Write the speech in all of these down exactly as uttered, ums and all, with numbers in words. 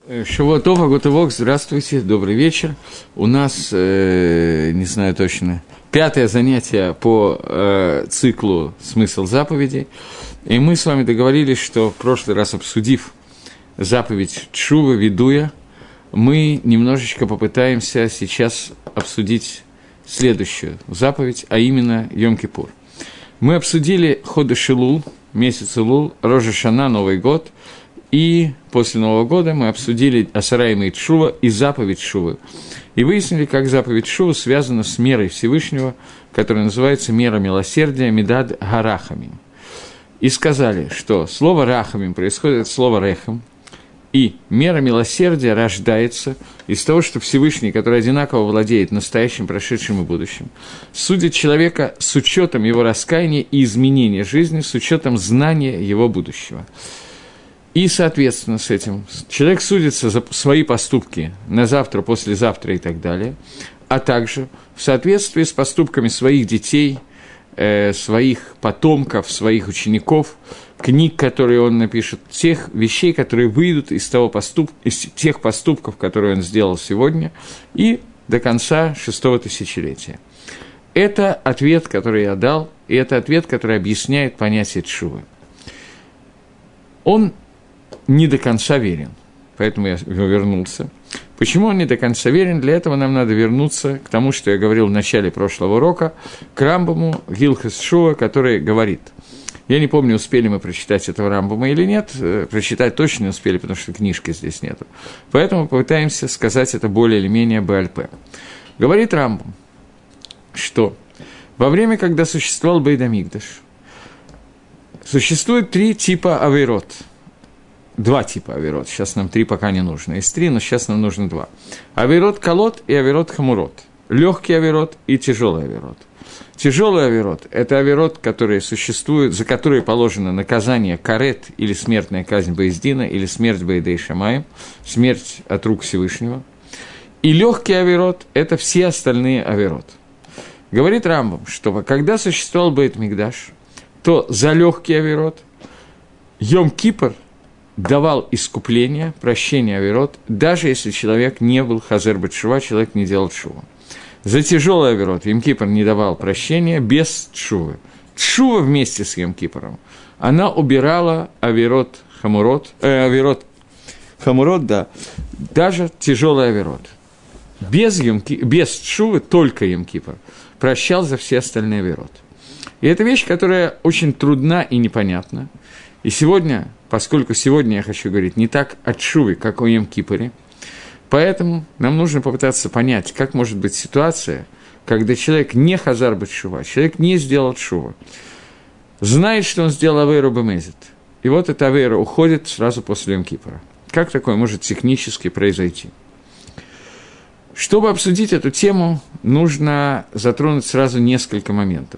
Шавуа Тов, Агутывок, здравствуйте, добрый вечер. У нас, э, не знаю точно, пятое занятие по э, циклу «Смысл заповедей». И мы с вами договорились, что в прошлый раз, обсудив заповедь Тшува, Видуя, мы немножечко попытаемся сейчас обсудить следующую заповедь, а именно Йом-Кипур. Мы обсудили Ходеш Элул, месяц Элул, Рош ха-Шана, Новый год, и после Нового года мы обсудили Асара Ямей Тшува и заповедь Тшувы. И выяснили, как заповедь Тшува связана с мерой Всевышнего, которая называется мера милосердия, Медад Гарахамим. И сказали, что слово «рахамим» происходит от слова «рехам», и мера милосердия рождается из того, что Всевышний, который одинаково владеет настоящим, прошедшим и будущим, судит человека с учетом его раскаяния и изменения жизни, с учетом знания его будущего. И, соответственно, с этим человек судится за свои поступки на завтра, послезавтра и так далее, а также в соответствии с поступками своих детей, э, своих потомков, своих учеников, книг, которые он напишет, тех вещей, которые выйдут из, того поступ... из тех поступков, которые он сделал сегодня, и до конца шестого тысячелетия. Это ответ, который я дал, и это ответ, который объясняет понятие тшувы. Он не до конца верен, поэтому я вернулся. Почему он не до конца верен? Для этого нам надо вернуться к тому, что я говорил в начале прошлого урока, к Рамбаму Гилхас Тшува, который говорит. Я не помню, успели мы прочитать этого Рамбама или нет, прочитать точно не успели, потому что книжки здесь нету. Поэтому попытаемся сказать это более или менее бэ-аль-пэ. Говорит Рамбам, что во время, когда существовал Бейт-Амикдаш, существует три типа авейрот. Два типа авейрот, сейчас нам три пока не нужно, есть три, но сейчас нам нужно два. Авейрот колот и авейрот хамурот, легкий авейрот и тяжелый авейрот. Тяжелый авейрот – это авейрот, который существует, за который положено наказание карет или смертная казнь Бейздина, или смерть Бейдей Шамаим, смерть от рук Всевышнего. И легкий авейрот – это все остальные авейрот. Говорит Рамбам, что когда существовал Бейт-Микдаш, то за легкий авейрот Йом-Кипр давал искупление, прощение авейрот, даже если человек не был хазер бет-тшува, человек не делал тшуву. За тяжелый авейрот Йом-Кипр не давал прощения без тшувы. Тшува вместе с Йом-Кипром, она убирала авейрот хамурот, э, авейрот хамурот, да, даже тяжелый авейрот. Без, без тшувы только Йом-Кипр прощал за все остальные авейрот. И это вещь, которая очень трудна и непонятна. И сегодня, поскольку сегодня я хочу говорить не так о тшуве, как о Йом-Кипуре, поэтому нам нужно попытаться понять, как может быть ситуация, когда человек не хазар бет-тшува, человек не сделал тшуву, знает, что он сделал авейру бемезит, и вот эта авейра уходит сразу после Йом-Кипура. Как такое может технически произойти? Чтобы обсудить эту тему, нужно затронуть сразу несколько моментов.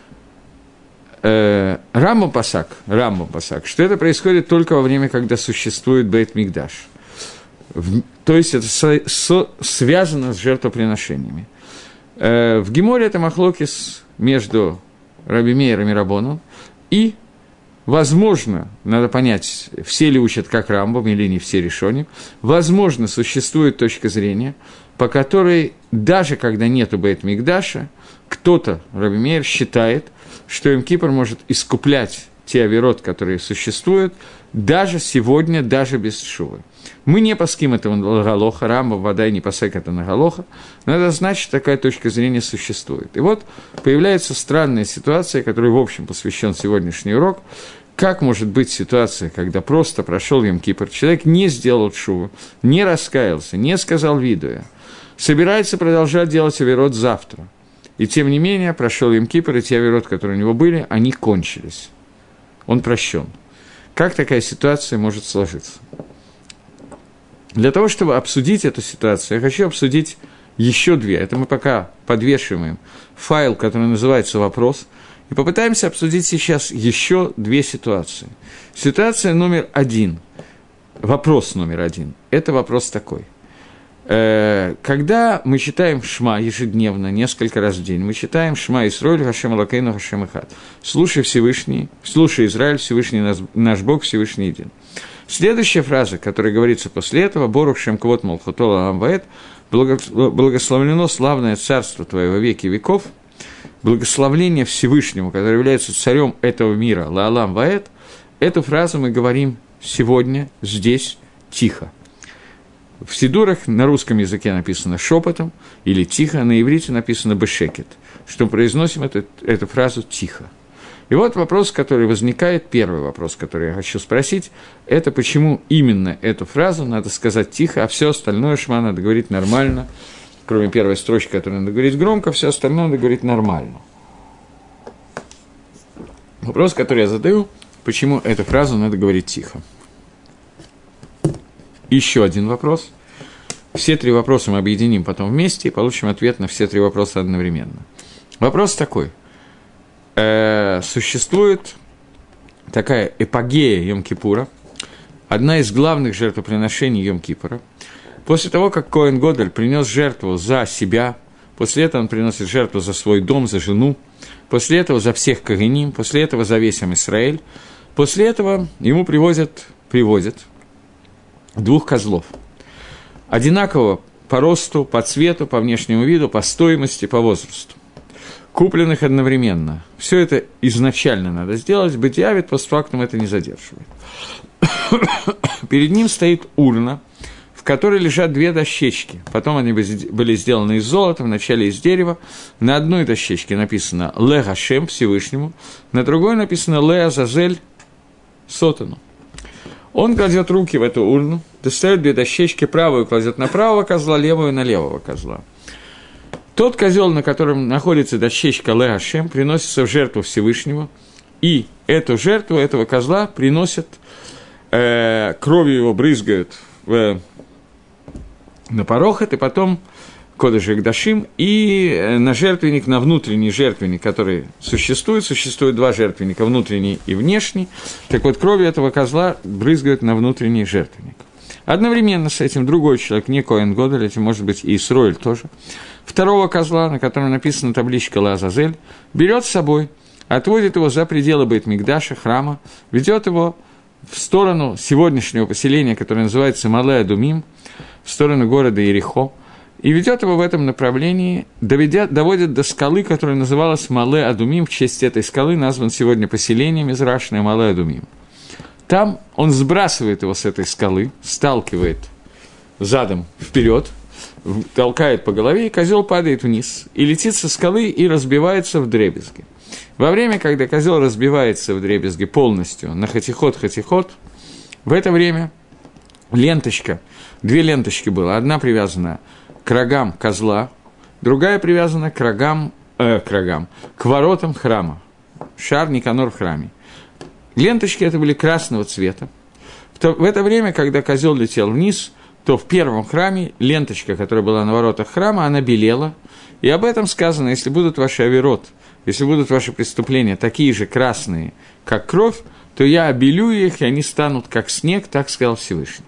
Рамбам пасак, Рамбам пасак, что это происходит только во время, когда существует Бейт-Микдаш. То есть это со, со, связано с жертвоприношениями. В Геморе это махлокис между Раби Меиром и Рабоном, и, возможно, надо понять, все ли учат как Рамбам или не все решения, возможно, существует точка зрения, по которой даже когда нету Бейт-Микдаша, кто-то, Раби Меир, считает, что Йом-Кипр может искуплять те авейрот, которые существуют, даже сегодня, даже без тшувы. Мы не паским этого на галоха, Рамбам, вода не пасек это на галоха, но это значит, что такая точка зрения существует. И вот появляется странная ситуация, которой, в общем, посвящен сегодняшний урок. Как может быть ситуация, когда просто прошел Йом-Кипр, человек не сделал тшуву, не раскаялся, не сказал видуя, собирается продолжать делать авейрот завтра. И тем не менее, прошел Йом-Кипр, и те авейрот, которые у него были, они кончились. Он прощен. Как такая ситуация может сложиться? Для того, чтобы обсудить эту ситуацию, я хочу обсудить еще две. Это мы пока подвешиваем файл, который называется «Вопрос», и попытаемся обсудить сейчас еще две ситуации. Ситуация номер один, вопрос номер один, это вопрос такой. Когда мы читаем Шма ежедневно, несколько раз в день, мы читаем Шма Исроэль, Хашем Элокейну, Хашем Эхад. Слушай Всевышний, слушай Израиль, Всевышний наш, наш Бог, Всевышний един. Следующая фраза, которая говорится после этого, «Борух шем квот малхутол алам ваэт», «Благословлено славное царство Твое во веки веков», благословление Всевышнему, который является царем этого мира, «Лаалам ваэт», эту фразу мы говорим сегодня, здесь, тихо. В сидурах на русском языке написано шепотом или тихо, на иврите написано бешекет, что произносим эту, эту фразу тихо. И вот вопрос, который возникает, первый вопрос, который я хочу спросить, это почему именно эту фразу надо сказать тихо, а все остальное шма надо говорить нормально, кроме первой строчки, которую надо говорить громко, все остальное надо говорить нормально. Вопрос, который я задаю, почему эту фразу надо говорить тихо. Еще один вопрос. Все три вопроса мы объединим потом вместе и получим ответ на все три вопроса одновременно. Вопрос такой. Э, существует такая эпогея Йом-Кипура, одна из главных жертвоприношений Йом-Кипура. После того, как Коэн Годель принес жертву за себя, после этого он приносит жертву за свой дом, за жену, после этого за всех коэним, после этого за весь Ам-Исраэль, после этого ему привозят, привозят двух козлов, одинакового по росту, по цвету, по внешнему виду, по стоимости, по возрасту, купленных одновременно. Все это изначально надо сделать, бытиавит, постфактум это не задерживает. Перед ним стоит урна, в которой лежат две дощечки. Потом они были сделаны из золота, вначале из дерева. На одной дощечке написано «Ле Гашем» Всевышнему, на другой написано «Ле Азазель» Сотану. Он кладет руки в эту урну, достает две дощечки, правую кладет на правого козла, левую на левого козла. Тот козел, на котором находится дощечка Ле Гашем, приносится в жертву Всевышнему, и эту жертву этого козла приносят, э, кровью его брызгают в, на порохот, и потом Кодеш Икдашим, и на жертвенник, на внутренний жертвенник, который существует, существует два жертвенника, внутренний и внешний, так вот кровью этого козла брызгают на внутренний жертвенник. Одновременно с этим другой человек, не Коэн Годель, это может быть и Исроэль тоже, второго козла, на котором написана табличка Ла Азазель, берет с собой, отводит его за пределы Бейт-Микдаша, храма, ведет его в сторону сегодняшнего поселения, которое называется Мале Адумим, в сторону города Иерихо, и ведет его в этом направлении, доведя, доводит до скалы, которая называлась Мале Адумим, в честь этой скалы назван сегодня поселением Мизрашное Мале Адумим. Там он сбрасывает его с этой скалы, сталкивает задом вперед, толкает по голове, и козел падает вниз, и летит со скалы и разбивается вдребезги. Во время, когда козел разбивается вдребезги полностью на хатихот-хатихот, в это время ленточка, две ленточки было, одна привязана к рогам козла, другая привязана к рогам, э, к рогам, к воротам храма, шар Никанор в храме. Ленточки это были красного цвета. В, то, в это время, когда козел летел вниз, то в первом храме ленточка, которая была на воротах храма, она белела. И об этом сказано, если будут ваши авирот, если будут ваши преступления такие же красные, как кровь, то я обелю их, и они станут как снег, так сказал Всевышний.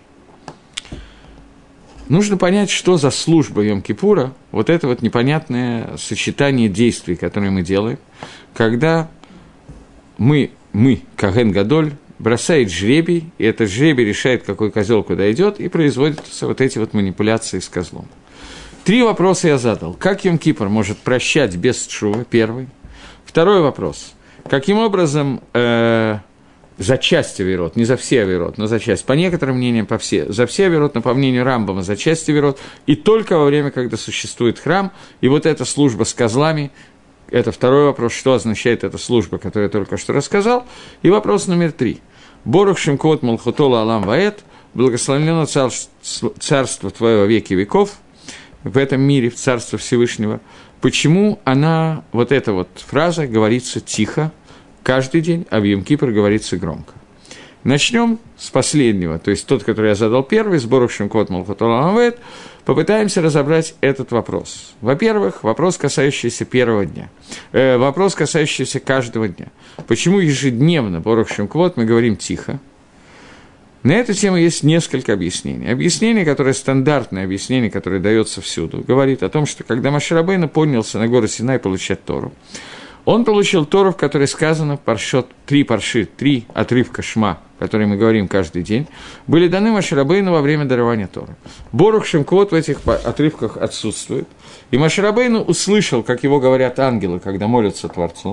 Нужно понять, что за служба Йом-Кипура, вот это вот непонятное сочетание действий, которые мы делаем, когда мы, мы Коэн Гадоль, бросает жребий, и этот жребий решает, какой козел куда идет, и производятся вот эти вот манипуляции с козлом. Три вопроса я задал. Как Йом-Кипур может прощать без тшувы? Первый. Второй вопрос. Каким образом... Э- за часть авирот, не за все авирот, но за часть. По некоторым мнениям, по все, за все авирот, но по мнению Рамбама, за часть авирот, и только во время, когда существует храм, и вот эта служба с козлами, это второй вопрос, что означает эта служба, которую я только что рассказал, и вопрос номер три. Борух шемкот малхутола алам ваэт, благословлено царство Твое во веки веков, в этом мире, в царство Всевышнего. Почему она, вот эта вот фраза, говорится тихо, каждый день, а в Йом-Кипур говорится громко. Начнем с последнего, то есть тот, который я задал первый, с Борух шемкот малхутола алам ваэт, попытаемся разобрать этот вопрос. Во-первых, вопрос, касающийся первого дня. Э, вопрос, касающийся каждого дня. Почему ежедневно Борух шемкот мы говорим тихо? На эту тему есть несколько объяснений. Объяснение, которое стандартное, объяснение, которое дается всюду, говорит о том, что когда Моше Рабейну поднялся на гору Синай получать Тору, он получил Тору, в которой сказано паршот, три парши, три отрывка шма которые мы говорим каждый день, были даны Моше Рабейну во время дарования Торы. Борух Шем-Квот в этих отрывках отсутствует. И Моше Рабейну услышал, как его говорят ангелы, когда молятся Творцу.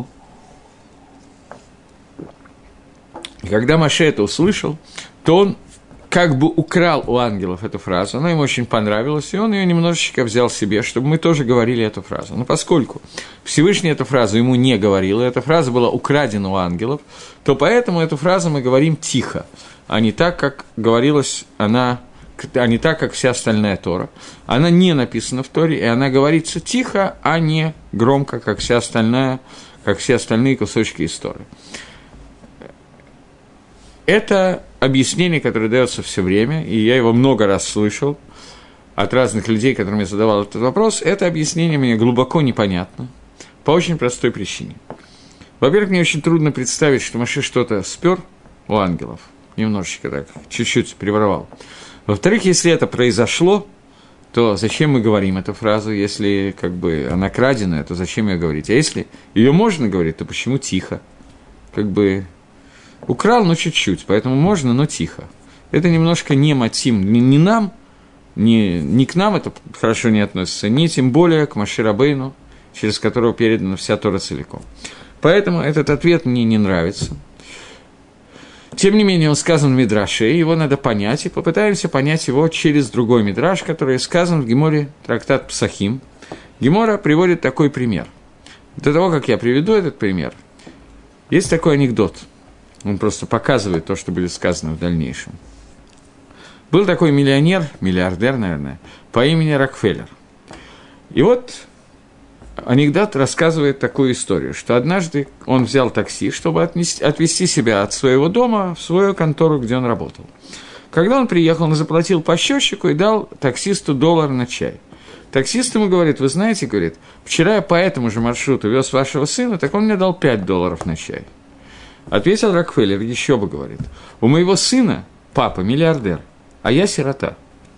И когда Моше это услышал, то он как бы украл у ангелов эту фразу, она ему очень понравилась, и он ее немножечко взял себе, чтобы мы тоже говорили эту фразу. Но поскольку Всевышний эту фразу ему не говорил, и эта фраза была украдена у ангелов, то поэтому эту фразу мы говорим тихо, а не так, как говорилось она, а не так, как вся остальная Тора. Она не написана в Торе, и она говорится тихо, а не громко, как вся остальная, как все остальные кусочки из Торы. Это объяснение, которое дается все время, и я его много раз слышал от разных людей, которым я задавал этот вопрос. Это объяснение мне глубоко непонятно, по очень простой причине. Во-первых, мне очень трудно представить, что Моше что-то спер у ангелов, немножечко так, чуть-чуть приворовал. Во-вторых, если это произошло, то зачем мы говорим эту фразу? Если как бы она краденая, то зачем ее говорить? А если ее можно говорить, то почему тихо? Как бы... Украл, но чуть-чуть, поэтому можно, но тихо. Это немножко не матим, не, не нам, не, не к нам это хорошо не относится, не тем более к Моше Рабейну, через которого передана вся Тора целиком. Поэтому этот ответ мне не нравится. Тем не менее, он сказан в Мидраше, его надо понять, и попытаемся понять его через другой Мидраш, который сказан в Геморе, трактат Псахим. Гемора приводит такой пример. До того, как я приведу этот пример, есть такой анекдот. Он просто показывает то, что будет сказано в дальнейшем. Был такой миллионер, миллиардер, наверное, по имени Рокфеллер. И вот анекдот рассказывает такую историю, что однажды он взял такси, чтобы отнести, отвезти себя от своего дома в свою контору, где он работал. Когда он приехал, он заплатил по счетчику и дал таксисту доллар на чай. Таксист ему говорит: вы знаете, говорит, вчера я по этому же маршруту вез вашего сына, так он мне дал пять долларов на чай. Ответил Рокфеллер, еще бы, говорит, у моего сына папа миллиардер, а я сирота.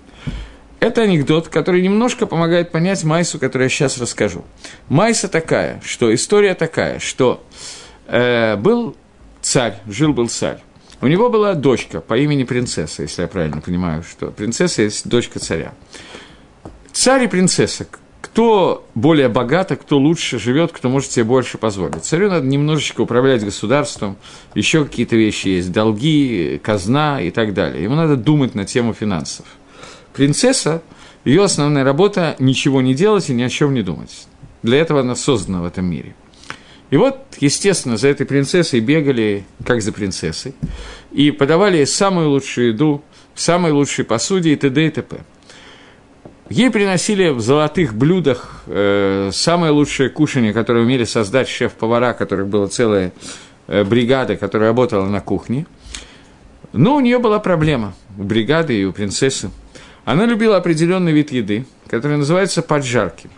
Это анекдот, который немножко помогает понять майсу, которую я сейчас расскажу. Майса такая, что история такая, что э, был царь, жил-был царь. У него была дочка по имени принцесса, если я правильно понимаю, что принцесса есть дочка царя. Царь и принцесса. Кто более богато, кто лучше живет, кто может себе больше позволить. Царю надо немножечко управлять государством, еще какие-то вещи есть, долги, казна и так далее. Ему надо думать на тему финансов. Принцесса, ее основная работа – ничего не делать и ни о чем не думать. Для этого она создана в этом мире. И вот, естественно, за этой принцессой бегали, как за принцессой, и подавали ей самую лучшую еду, в самой лучшей посуде и т.д. и т.п. Ей приносили в золотых блюдах э, самое лучшее кушанье, которое умели создать шеф-повара, которых была целая э, бригада, которая работала на кухне. Но у нее была проблема, у бригады и у принцессы. Она любила определенный вид еды, который называется поджарки.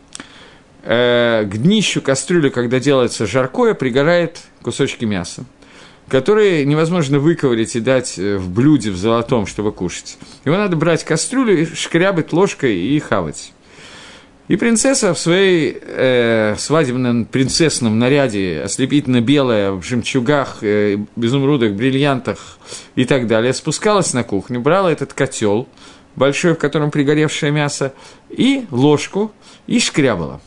Э, к днищу кастрюли, когда делается жаркое, пригорает кусочки мяса, которые невозможно выковырять и дать в блюде в золотом, чтобы кушать. Его надо брать кастрюлю и шкрябать ложкой и хавать. И принцесса в своей э, свадебном принцессном наряде, ослепительно белая, в жемчугах, э, изумрудах, бриллиантах и так далее, спускалась на кухню, брала этот котел большой, в котором пригоревшее мясо, и ложку, и шкрябала.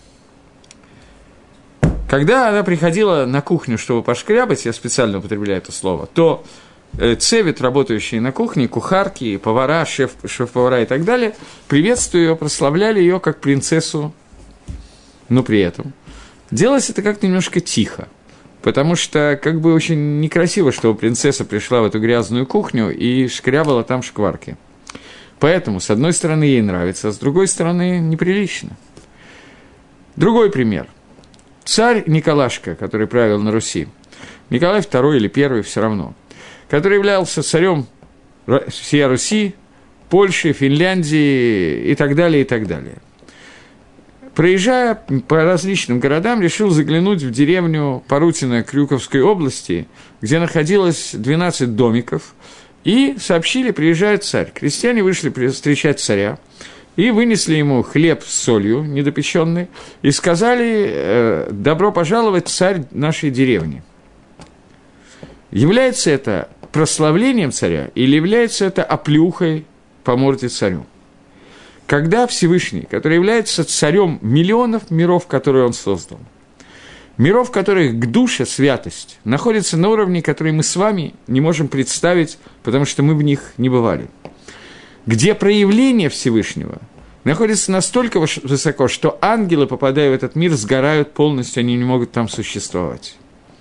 Когда она приходила на кухню, чтобы пошкрябать, я специально употребляю это слово, то цевет, работающие на кухне, кухарки, повара, шеф, шеф-повара и так далее, приветствуя ее, прославляли ее как принцессу, но при этом делалось это как-то немножко тихо, потому что как бы очень некрасиво, чтобы принцесса пришла в эту грязную кухню и шкрябала там шкварки. Поэтому, с одной стороны, ей нравится, а с другой стороны, неприлично. Другой пример. Царь Николашка, который правил на Руси, Николай второй или первый, все равно, который являлся царем всей Руси, Польши, Финляндии и так далее, и так далее. Проезжая по различным городам, решил заглянуть в деревню Порутино Крюковской области, где находилось двенадцать домиков, и сообщили, приезжает царь. Крестьяне вышли встречать царя, и вынесли ему хлеб с солью недопеченный, и сказали: «Добро пожаловать, царь нашей деревни». Является это прославлением царя или является это оплеухой по морде царю? Когда Всевышний, который является царем миллионов миров, которые он создал, миров, которых к душе святость, находится на уровне, который мы с вами не можем представить, потому что мы в них не бывали, где проявление Всевышнего находится настолько высоко, что ангелы, попадая в этот мир, сгорают полностью, они не могут там существовать.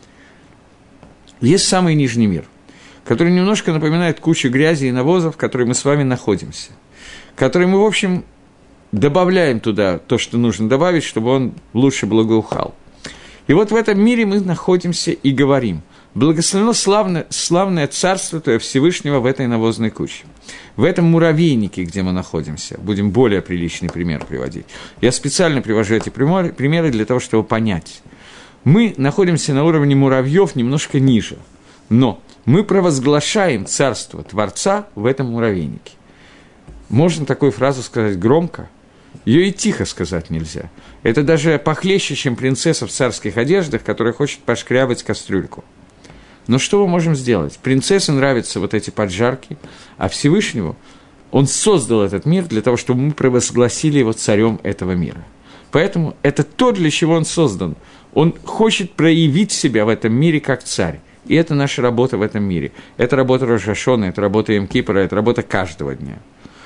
Есть самый нижний мир, который немножко напоминает кучу грязи и навозов, в которой мы с вами находимся, который мы, в общем, добавляем туда то, что нужно добавить, чтобы он лучше благоухал. И вот в этом мире мы находимся и говорим: благословено славное, славное царство Твое Всевышнего в этой навозной куче. В этом муравейнике, где мы находимся, будем более приличный пример приводить. Я специально привожу эти примеры для того, чтобы понять. Мы находимся на уровне муравьев немножко ниже, но мы провозглашаем царство Творца в этом муравейнике. Можно такую фразу сказать громко, ее и тихо сказать нельзя. Это даже похлеще, чем принцесса в царских одеждах, которая хочет пошкрябать кастрюльку. Но что мы можем сделать? Принцессе нравятся вот эти поджарки, а Всевышнему он создал этот мир для того, чтобы мы провозгласили его царем этого мира. Поэтому это то, для чего он создан. Он хочет проявить себя в этом мире как царь. И это наша работа в этом мире. Это работа Рош ха-Шана, это работа Йом-Кипура, это работа каждого дня.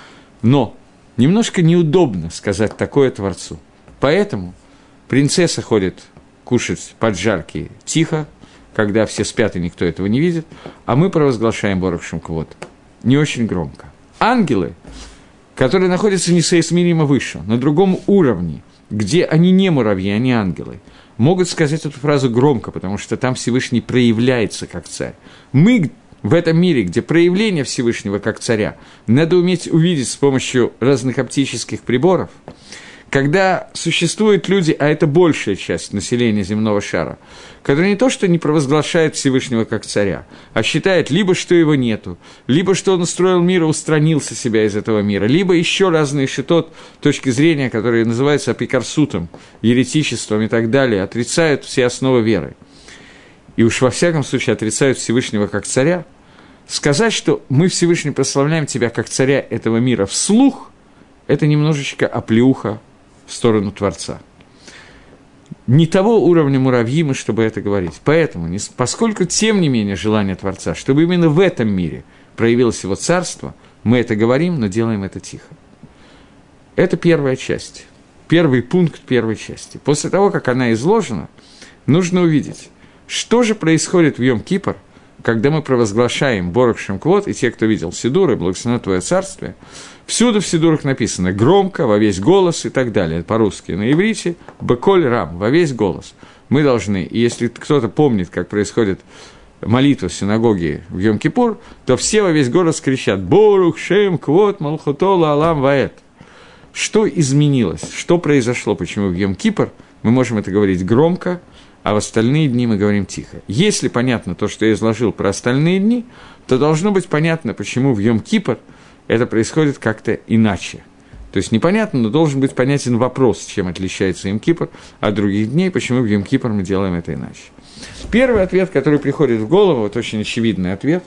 Но немножко неудобно сказать такое Творцу. Поэтому принцесса ходит кушать поджарки тихо, когда все спят и никто этого не видит, а мы провозглашаем Борух Шем Квод не очень громко. Ангелы, которые находятся несоизмеримо выше, на другом уровне, где они не муравьи, они ангелы, могут сказать эту фразу громко, потому что там Всевышний проявляется как царь. Мы в этом мире, где проявление Всевышнего как царя, надо уметь увидеть с помощью разных оптических приборов. Когда существуют люди, а это большая часть населения земного шара, которые не то что не провозглашают Всевышнего как царя, а считают либо, что его нету, либо, что он устроил мир и устранился себя из этого мира, либо еще разные шитот, точки зрения, которые называются апикарсутом, еретичеством и так далее, отрицают все основы веры. И уж во всяком случае отрицают Всевышнего как царя. Сказать, что мы, Всевышний, прославляем тебя как царя этого мира вслух, это немножечко оплеуха в сторону Творца. Не того уровня муравьи мы, чтобы это говорить. Поэтому, не, поскольку, тем не менее, желание Творца, чтобы именно в этом мире проявилось его царство, мы это говорим, но делаем это тихо. Это первая часть, первый пункт первой части. После того, как она изложена, нужно увидеть, что же происходит в Йом-Кипур, когда мы провозглашаем Борух Шем Квод, и те, кто видел Сидуры, благословено Твое царствие, всюду в Сидурах написано громко, во весь голос и так далее, по-русски, на иврите, беколь рам, во весь голос. Мы должны, и если кто-то помнит, как происходит молитва в синагоге в Йом-Кипур, то все во весь голос кричат «Борух Шем Квод Малхуто Лаалам Ваэт». Что изменилось? Что произошло? Почему в Йом-Кипур мы можем это говорить громко, а в остальные дни мы говорим тихо? Если понятно то, что я изложил про остальные дни, то должно быть понятно, почему в Йом-Кипур это происходит как-то иначе. То есть непонятно, но должен быть понятен вопрос, чем отличается Йом-Кипур от других дней, почему в Йом-Кипур мы делаем это иначе. Первый ответ, который приходит в голову, вот очень очевидный ответ,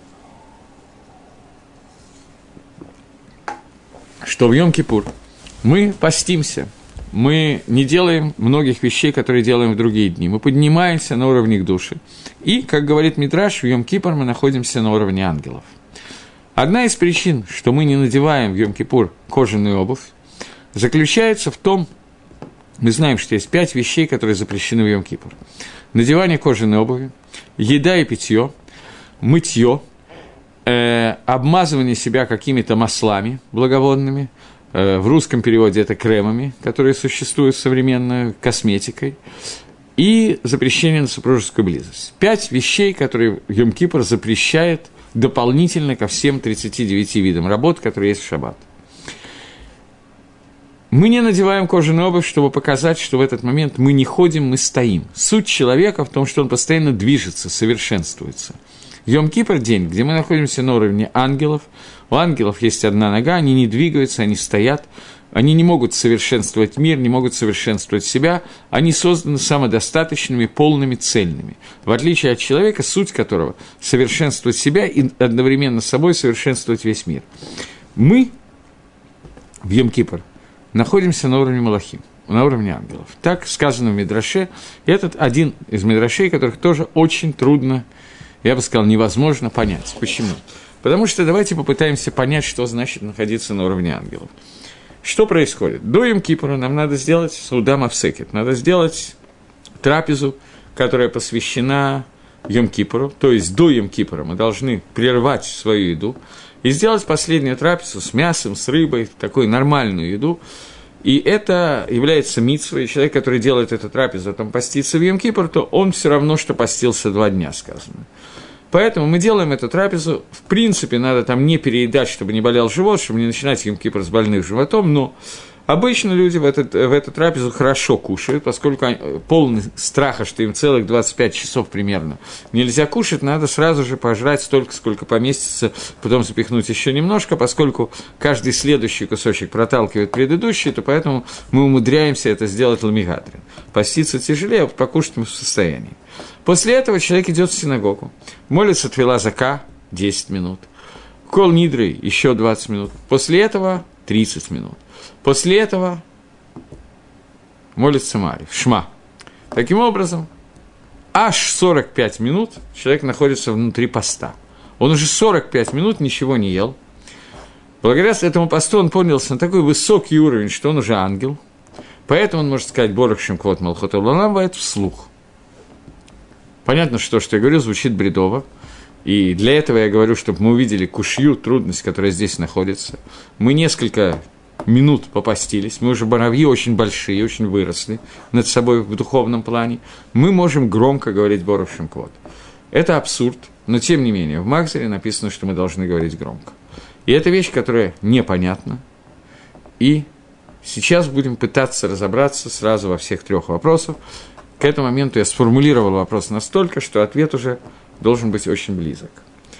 что в Йом-Кипур мы постимся, мы не делаем многих вещей, которые делаем в другие дни. Мы поднимаемся на уровне к душе. И, как говорит Мидраш, в Йом-Кипур мы находимся на уровне ангелов. Одна из причин, что мы не надеваем в Йом-Кипур кожаную обувь, заключается в том, мы знаем, что есть пять вещей, которые запрещены в Йом-Кипур. Надевание кожаной обуви, еда и питье, мытье, э, обмазывание себя какими-то маслами благовонными, э, в русском переводе это кремами, которые существуют современной косметикой, и запрещение на супружескую близость. Пять вещей, которые Йом-Кипур запрещает дополнительно ко всем тридцати девяти видам работ, которые есть в шаббат. Мы не надеваем кожаную обувь, чтобы показать, что в этот момент мы не ходим, мы стоим. Суть человека в том, что он постоянно движется, совершенствуется. Йом-Кипур – день, где мы находимся на уровне ангелов. У ангелов есть одна нога, они не двигаются, они стоят. они не могут совершенствовать мир, не могут совершенствовать себя, они созданы самодостаточными, полными, цельными. В отличие от человека, суть которого – совершенствовать себя и одновременно с собой совершенствовать весь мир. Мы в Йом-Кипр находимся на уровне Малахим, на уровне ангелов. Так сказано в Мидраше, и этот один из Мидрашей, которых тоже очень трудно, я бы сказал, невозможно понять. Почему? Потому что давайте попытаемся понять, что значит находиться на уровне ангелов. Что происходит? До Йом-Кипура нам надо сделать сауда мавсекет, надо сделать трапезу, которая посвящена Йом-Кипуру, то есть до Йом-Кипура мы должны прервать свою еду и сделать последнюю трапезу с мясом, с рыбой, такую нормальную еду. И это является мицвой, и человек, который делает эту трапезу, там постится в Йом-Кипур, то он все равно, что постился два дня, сказано. Поэтому мы делаем эту трапезу. В принципе, надо там не переедать, чтобы не болел живот, чтобы не начинать Йом-Кипур с больным животом, но обычно люди в, этот, в эту трапезу хорошо кушают, поскольку они полны страха, что им целых двадцать пять часов примерно нельзя кушать, надо сразу же пожрать столько, сколько поместится, потом запихнуть еще немножко, поскольку каждый следующий кусочек проталкивает предыдущий, то поэтому мы умудряемся это сделать ламигадрин. Поститься тяжелее, а покушать мы в состоянии. После этого человек идет в синагогу, молится твила зака десять минут, кол нидры еще двадцать минут, после этого тридцать минут. После этого молится Марив, шма. Таким образом, аж сорок пять минут человек находится внутри поста. Он уже сорок пять минут ничего не ел. Благодаря этому посту он поднялся на такой высокий уровень, что он уже ангел. Поэтому он может сказать «Борух Шем Квод Малхот Олам» вслух. Понятно, что то, что я говорю, звучит бредово. И для этого я говорю, чтобы мы увидели кушью, трудность, которая здесь находится. Мы несколько минут попастились, мы уже боровьи очень большие, очень выросли над собой в духовном плане. Мы можем громко говорить «Борух Шем Квод». Это абсурд, но тем не менее в Махзоре написано, что мы должны говорить громко. И это вещь, которая непонятна. И сейчас будем пытаться разобраться сразу во всех трех вопросах. К этому моменту я сформулировал вопрос настолько, что ответ уже должен быть очень близок.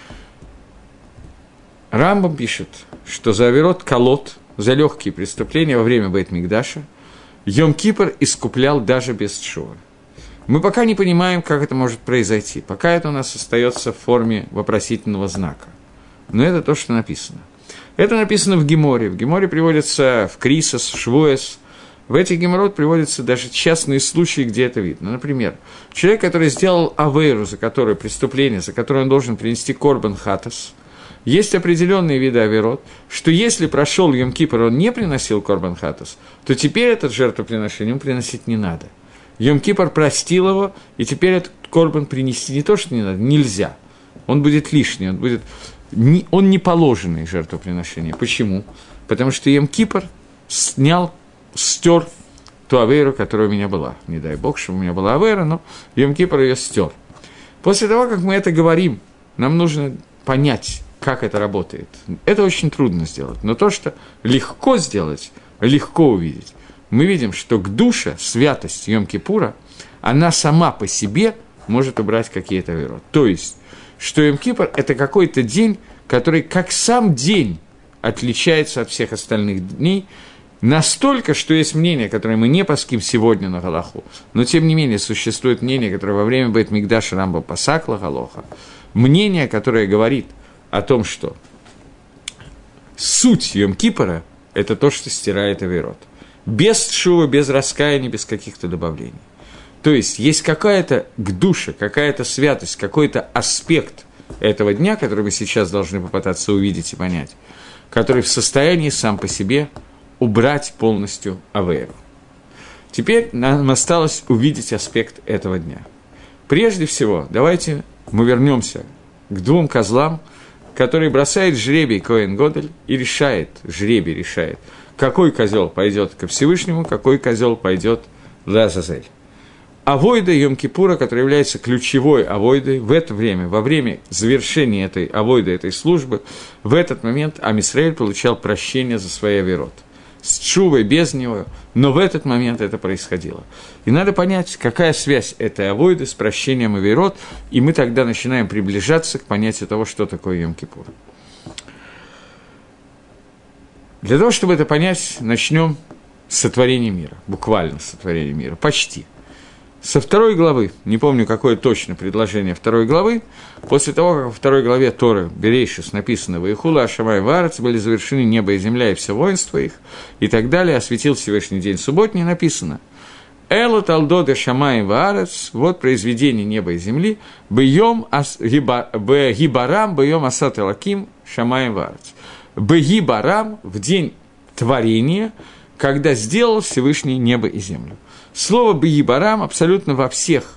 Рамбам пишет, что за авирот колот, за легкие преступления во время Бейт-Микдаша Йом-Кипр искуплял даже без тшувы. Мы пока не понимаем, как это может произойти. Пока это у нас остается в форме вопросительного знака. Но это то, что написано. Это написано в Геморе. В Геморе приводится в Крисос, в Швуэс. В этих геморрот приводятся даже частные случаи, где это видно. Например, человек, который сделал авейру, за которое преступление, за которое он должен принести корбан хатас, есть определенные виды авейрот, что если прошел Йом-Кипр, он не приносил корбан хатас, то теперь этот жертвоприношение ему приносить не надо. Йом-Кипр простил его, и теперь этот корбан принести не то, что не надо, нельзя. Он будет лишний, он будет... Не, он не положенный жертвоприношение. Почему? Потому что Йом-Кипр снял, стер ту авейру, которая у меня была. Не дай бог, чтобы у меня была авейра, но Йом-Кипр ее стер. После того, как мы это говорим, нам нужно понять, как это работает. Это очень трудно сделать, но то, что легко сделать, легко увидеть. Мы видим, что к душе святость Йом-Кипура, она сама по себе может убрать какие-то авейрот. То есть, что Йом-Кипр – это какой-то день, который как сам день отличается от всех остальных дней, настолько, что есть мнение, которое мы не паским сегодня на Галаху, но тем не менее существует мнение, которое во время Бейт-Микдаша Рамбам пасак ла Галоха, мнение, которое говорит о том, что суть Йом-Кипра – это то, что стирает авейрот. Без тшува, без раскаяния, без каких-то добавлений. То есть есть какая-то гдуша, какая-то святость, какой-то аспект этого дня, который мы сейчас должны попытаться увидеть и понять, который в состоянии сам по себе убрать полностью авейру. Теперь нам осталось увидеть аспект этого дня. Прежде всего, давайте мы вернемся к двум козлам, которые бросает жребий Коэн Годель и решает, жребий решает, какой козел пойдет ко Всевышнему, какой козел пойдет в Азазель. Авойда Йом-Кипура, которая является ключевой авойдой в это время, во время завершения этой авойды, этой службы, в этот момент Ам Исраэль получал прощение за свои авейрот. С тшувой, без него, но в этот момент это происходило. И надо понять, какая связь этой авойды с прощением авейрот, и мы тогда начинаем приближаться к понятию того, что такое Йом-Кипур. Для того, чтобы это понять, начнем с сотворения мира, буквально с сотворения мира, почти. Со второй главы, не помню, какое точно предложение второй главы, после того, как во второй главе Торы Берейшис написано «Ваихула Ашамай Ваарец» были завершены небо и земля и все воинство их, и так далее, осветил Всевышний день субботний, написано «Эло талдоде Шамай Ваарец», вот произведение неба и земли, «Бьем гибарам, бьем асат элаким Шамай Ваарец». «Бгибарам» в день творения, когда сделал Всевышний небо и землю. Слово «бгибарам» абсолютно во всех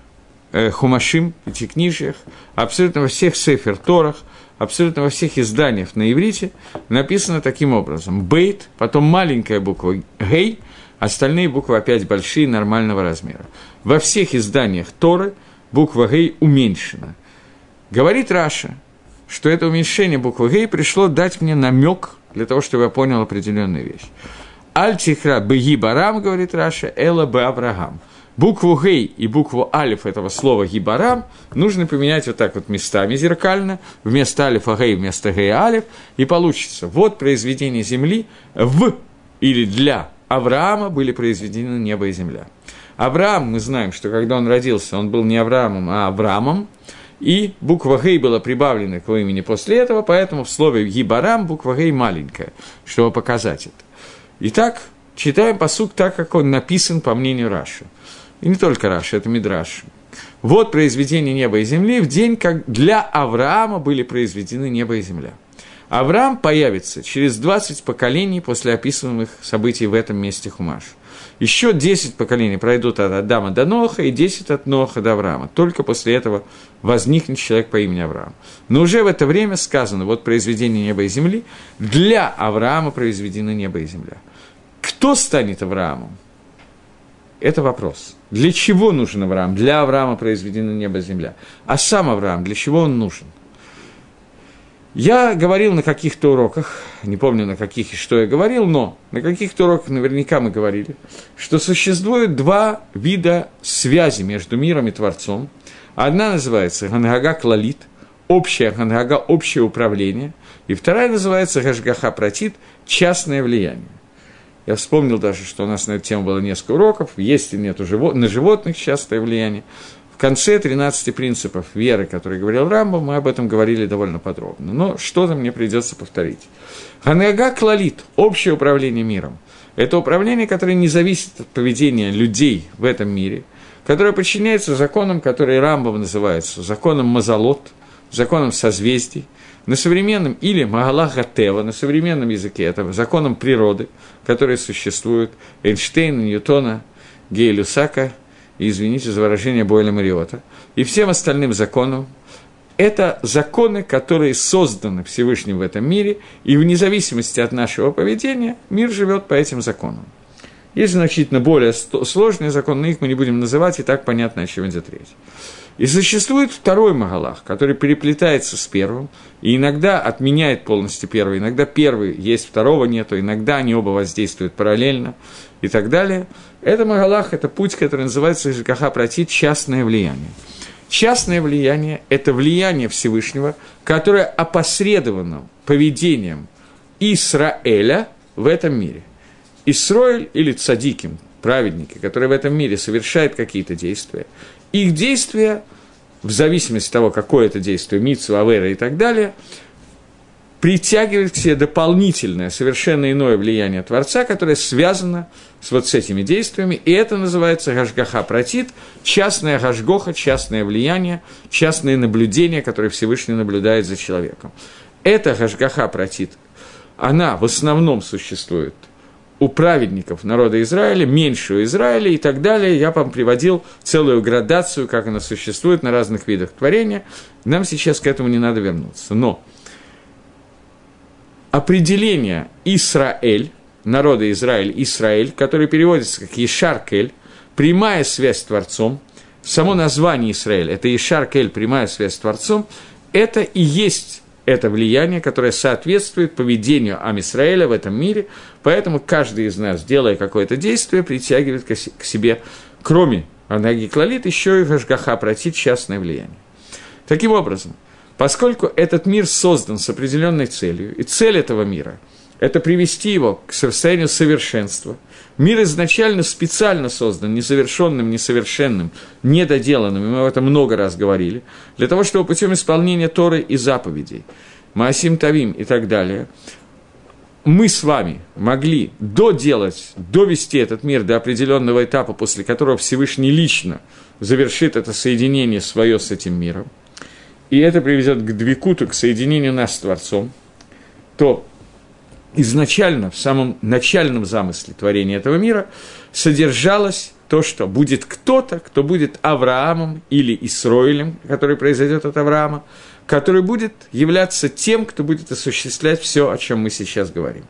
э, хумашим, пятикнижиях, абсолютно во всех сефер Торах, абсолютно во всех изданиях на иврите написано таким образом. Бейт, потом маленькая буква гей, остальные буквы опять большие, нормального размера. Во всех изданиях Торы буква гей уменьшена. Говорит Раша, что это уменьшение буквы гей пришло дать мне намек для того, чтобы я понял определенную вещь. Аль-Тихра беги барам, говорит Раша, эла бе Авраам. Букву гей и букву алиф этого слова гибарам нужно поменять вот так вот местами зеркально, вместо алифа гей, вместо гей алиф, и получится. Вот произведение земли в или для Авраама были произведены небо и земля. Авраам, мы знаем, что когда он родился, он был не Авраамом, а Авраамом, и буква гей была прибавлена к его имени после этого, поэтому в слове гибарам буква гей маленькая, чтобы показать это. Итак, читаем пасук так, как он написан по мнению Раши. И не только Раши, это Мидраш. Вот произведение неба и земли в день, как для Авраама были произведены небо и земля. Авраам появится через двадцать поколений после описываемых событий в этом месте Хумаш. Еще десять поколений пройдут от Адама до Ноха и десять от Ноха до Авраама. Только после этого возникнет человек по имени Авраам. Но уже в это время сказано, вот произведение неба и земли, для Авраама произведены небо и земля. Кто станет Авраамом? Это вопрос. Для чего нужен Авраам? Для Авраама произведено небо и земля. А сам Авраам, для чего он нужен? Я говорил на каких-то уроках, не помню на каких и что я говорил, но на каких-то уроках наверняка мы говорили, что существует два вида связи между миром и Творцом. Одна называется Ганхага Клалит, общая Ганхага, общее управление, и вторая называется Гашгаха Пратит, частное влияние. Я вспомнил даже, что у нас на эту тему было несколько уроков, есть или нет у живот... на животных частое влияние. В конце тринадцати принципов веры, которые говорил Рамбам, мы об этом говорили довольно подробно. Но что-то мне придется повторить. Ганхага Клалит, общее управление миром. Это управление, которое не зависит от поведения людей в этом мире, которое подчиняется законам, которые Рамбам называются законом Мазалот, законом созвездий, на современном, или Магалах Гатева, на современном языке, это законом природы, которые существуют, Эйнштейна, Ньютона, Гей-Люсака, и, извините за выражение, Бойля Мариота, и всем остальным законам. Это законы, которые созданы Всевышним в этом мире, и вне зависимости от нашего поведения мир живет по этим законам. Есть значительно более сложные законы, но их мы не будем называть, и так понятно, о чем идет речь. И существует второй Магалах, который переплетается с первым, и иногда отменяет полностью первый, иногда первый есть, второго нету, иногда они оба воздействуют параллельно и так далее. Это Магалах, это путь, который называется Гашгаха Пратит, частное влияние. Частное влияние – это влияние Всевышнего, которое опосредовано поведением Исраэля в этом мире. Исроэль или цадиким, праведники, которые в этом мире совершают какие-то действия, их действия, в зависимости от того, какое это действие, мицва, авера и так далее, притягивает к себе дополнительное, совершенно иное влияние Творца, которое связано с вот с этими действиями, и это называется Гашгаха Пратит, частная гашгоха, частное влияние, частное наблюдение, которое Всевышний наблюдает за человеком. Эта Гашгаха Пратит, она в основном существует у праведников народа Израиля, меньше у Израиля и так далее. Я вам приводил целую градацию, как она существует на разных видах творения. Нам сейчас к этому не надо вернуться. Но определение Исраэль, народа Израиль, Исраэль, который переводится как Ешар-Кель, прямая связь с Творцом, само название Исраэль, это Ешар-Кель, прямая связь с Творцом, это и есть это влияние, которое соответствует поведению Ам-Исраэля в этом мире, поэтому каждый из нас, делая какое-то действие, притягивает к себе, кроме Ганаги Клалит, еще и Гашгаха Пратит, частное влияние. Таким образом, поскольку этот мир создан с определенной целью, и цель этого мира это привести его к состоянию совершенства. Мир изначально специально создан незавершенным, несовершенным, недоделанным, и мы об этом много раз говорили, для того, чтобы путем исполнения Торы и заповедей, Маасим Тавим и так далее, мы с вами могли доделать, довести этот мир до определенного этапа, после которого Всевышний лично завершит это соединение свое с этим миром, и это приведет к двикуту, к соединению нас с Творцом, то изначально, в самом начальном замысле творения этого мира содержалось то, что будет кто-то, кто будет Авраамом или Исроилем, который произойдет от Авраама, который будет являться тем, кто будет осуществлять все, о чем мы сейчас говорим.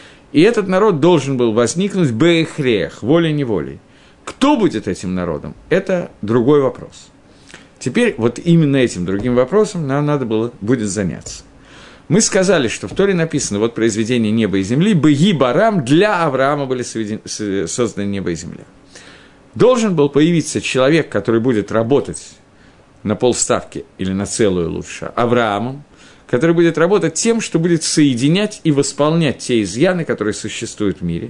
И этот народ должен был возникнуть беэхреях, волей-неволей. Кто будет этим народом, это другой вопрос. Теперь вот именно этим другим вопросом нам надо было будет заняться. Мы сказали, что в Торе написано, вот произведение неба и земли, «Беги барам» для Авраама были созданы небо и земля. Должен был появиться человек, который будет работать на полставки или на целую лучше, Авраамом, который будет работать тем, что будет соединять и восполнять те изъяны, которые существуют в мире.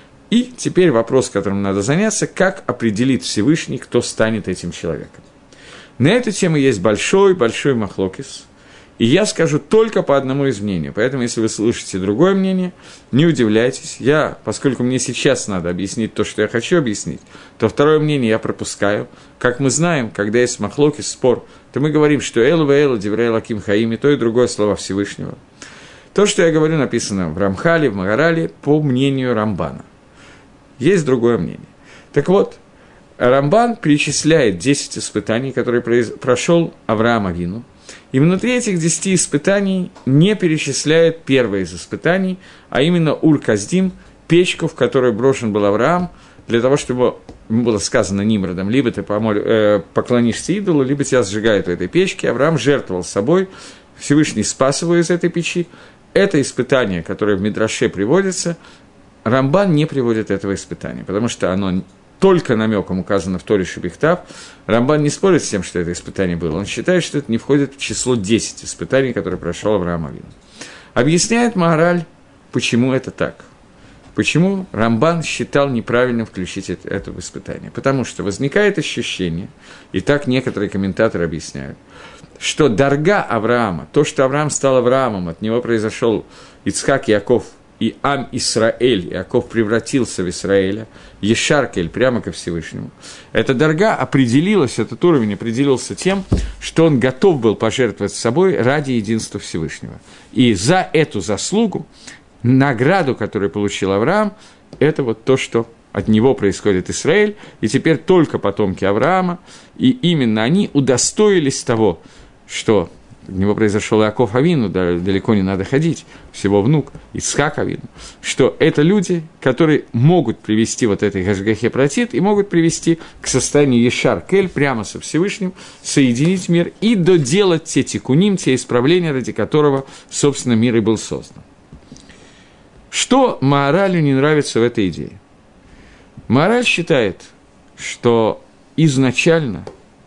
И теперь вопрос, которым надо заняться, как определит Всевышний, кто станет этим человеком. На эту тему есть большой-большой махлокис, и я скажу только по одному из мнений. Поэтому, если вы слышите другое мнение, не удивляйтесь. Я, поскольку мне сейчас надо объяснить то, что я хочу объяснить, то второе мнение я пропускаю. Как мы знаем, когда есть махлокис, спор, то мы говорим, что «Эл вээл диврей лаким хаим» и то, и другое слово Всевышнего. То, что я говорю, написано в Рамхале, в Магарале, по мнению Рамбана. Есть другое мнение. Так вот, Рамбан перечисляет десять испытаний, которые прошел Авраам Авину, и внутри этих десяти испытаний не перечисляет первое из испытаний, а именно Ур-Каздим, печку, в которую брошен был Авраам, для того, чтобы ему было сказано Нимродом, либо ты помоль, э, поклонишься идолу, либо тебя сжигают в этой печке. Авраам жертвовал собой, Всевышний спас его из этой печи. Это испытание, которое в Мидраше приводится, Рамбан не приводит этого испытания, потому что оно только намеком указано в Торе Шебихтав. Рамбан не спорит с тем, что это испытание было. Он считает, что это не входит в число десять испытаний, которые прошел Авраам Авину. Объясняет Магараль, почему это так. Почему Рамбан считал неправильным включить это, это в испытание. Потому что возникает ощущение, и так некоторые комментаторы объясняют, что дарга Авраама, то, что Авраам стал Авраамом, от него произошел Ицхак, Яков, и Ам Исраэль, Иаков превратился в Исраэля, Ешаркель, прямо ко Всевышнему. Эта дарга определилась, этот уровень определился тем, что он готов был пожертвовать собой ради единства Всевышнего. И за эту заслугу, награду, которую получил Авраам, это вот то, что от него происходит Исраэль, и теперь только потомки Авраама, и именно они удостоились того, что... У него произошел Иаков Авину, да, далеко не надо ходить, всего внук, Ицхак Авину, что это люди, которые могут привести вот этой Гашгахе Пратит и могут привести к состоянию Ешар Кель, прямо со Всевышним, соединить мир и доделать те тикуним, те исправления, ради которого, собственно, мир и был создан. Что Маоралю не нравится в этой идее? Маораль считает, что изначально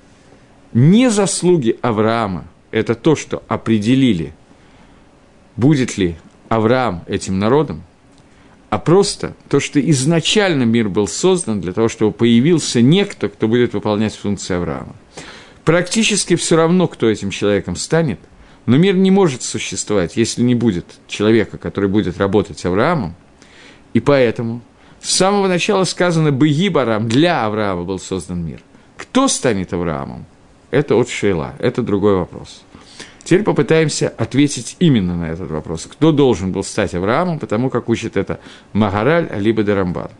не заслуги Авраама, это то, что определили, будет ли Авраам этим народом, а просто то, что изначально мир был создан для того, чтобы появился некто, кто будет выполнять функции Авраама. Практически все равно, кто этим человеком станет, но мир не может существовать, если не будет человека, который будет работать Авраамом, и поэтому с самого начала сказано «Беги барам», для Авраама был создан мир. Кто станет Авраамом? Это от Шейла, это другой вопрос. Теперь попытаемся ответить именно на этот вопрос. Кто должен был стать Авраамом, потому как учит это Магараль, либо Рамбан.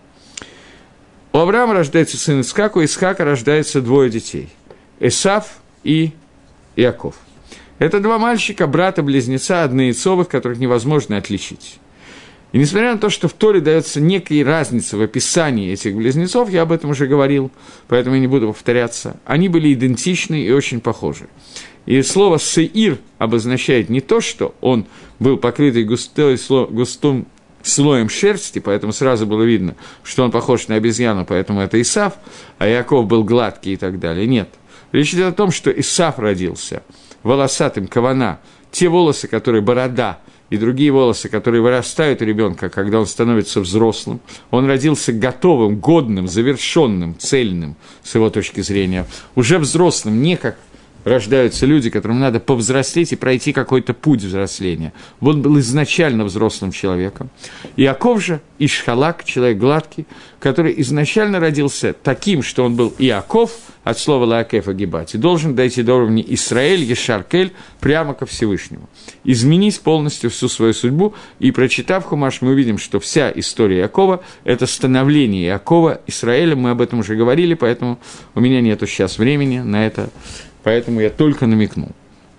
У Авраама рождается сын Ицхак, у Ицхака рождается двое детей – Эсав и Иаков. Это два мальчика, брата-близнеца, однояйцовых, которых невозможно отличить. И несмотря на то, что в Торе дается некая разница в описании этих близнецов, я об этом уже говорил, поэтому я не буду повторяться, они были идентичны и очень похожи. И слово «сеир» обозначает не то, что он был покрытый густой, густым слоем шерсти, поэтому сразу было видно, что он похож на обезьяну, поэтому это Исав, а Иаков был гладкий и так далее. Нет. Речь идет о том, что Исав родился волосатым, кавана, те волосы, которые борода, и другие волосы, которые вырастают у ребенка, когда он становится взрослым. Он родился готовым, годным, завершенным, цельным, с его точки зрения, уже взрослым, не как рождаются люди, которым надо повзрослеть и пройти какой-то путь взросления. Он был изначально взрослым человеком. Иаков же, Ишхалак, человек гладкий, который изначально родился таким, что он был Иаков, от слова Лаакеф Агибати, должен дойти до уровня Исраэль, Ешаркель, прямо ко Всевышнему. Изменить полностью всю свою судьбу, и, прочитав Хумаш, мы увидим, что вся история Иакова – это становление Иакова Израилем, мы об этом уже говорили, поэтому у меня нету сейчас времени на это. Поэтому я только намекнул.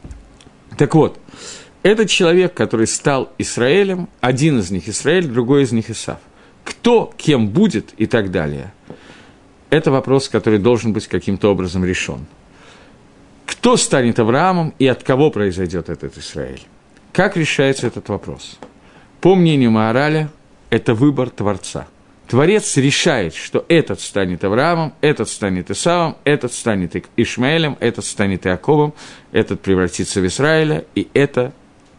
Так вот, этот человек, который стал Израилем, один из них Израиль, другой из них Исав. Кто кем будет и так далее, это вопрос, который должен быть каким-то образом решен. Кто станет Авраамом и от кого произойдет этот Израиль? Как решается этот вопрос? По мнению Маораля, это выбор Творца. Творец решает, что этот станет Авраамом, этот станет Исавом, этот станет Ишмаэлем, этот станет Иаковом, этот превратится в Израиля, и это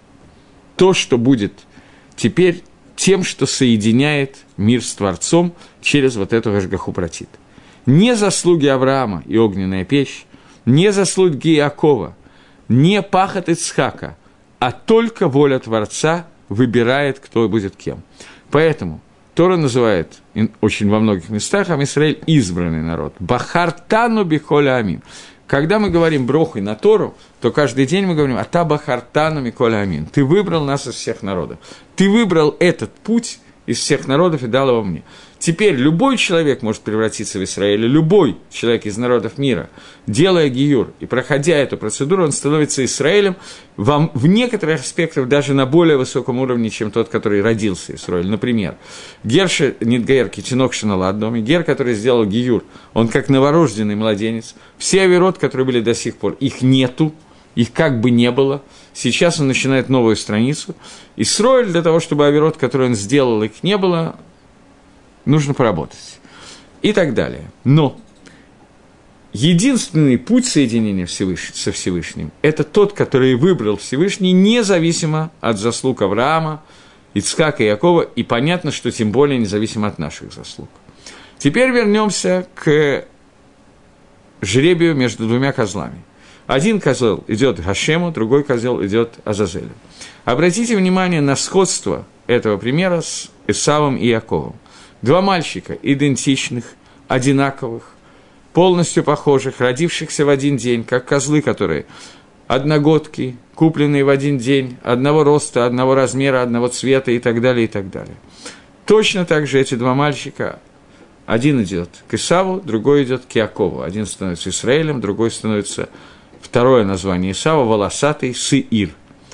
то, что будет теперь тем, что соединяет мир с Творцом через вот эту Гашгаху Пратит. Не заслуги Авраама и огненная печь, не заслуги Иакова, не пахот Ицхака, а только воля Творца выбирает, кто будет кем. Поэтому Тора называет очень во многих местах Ам Исраэль избранный народ. Бахартану бихоля амин. Когда мы говорим брохой на Тору, то каждый день мы говорим «Ата бахартану миколя амин». Ты выбрал нас из всех народов. Ты выбрал этот путь из всех народов и дал его мне. Теперь любой человек может превратиться в Израиль, любой человек из народов мира, делая гиюр и проходя эту процедуру, он становится Израилем в, в некоторых аспектах даже на более высоком уровне, чем тот, который родился Израиль. Например, Герша Нидгаер Китинок Шиналадоми, Гер, который сделал гиюр, он как новорожденный младенец. Все авирот, которые были до сих пор, их нету, их как бы не было. Сейчас он начинает новую страницу. Исроэль для того, чтобы авирот, который он сделал, их не было, нужно поработать. И так далее. Но единственный путь соединения Всевыш... со Всевышним – это тот, который выбрал Всевышний, независимо от заслуг Авраама, Ицхака и Иакова, и понятно, что тем более независимо от наших заслуг. Теперь вернемся к жребию между двумя козлами. Один козел идет Гашему, другой козел идет Азазелю. Обратите внимание на сходство этого примера с Исавом и Иаковом. Два мальчика идентичных, одинаковых, полностью похожих, родившихся в один день, как козлы, которые одногодки, купленные в один день, одного роста, одного размера, одного цвета и так далее, и так далее. Точно так же эти два мальчика, один идет к Исаву, другой идет к Иакову. Один становится Израилем, другой становится, второе название Исава, волосатый Сеир.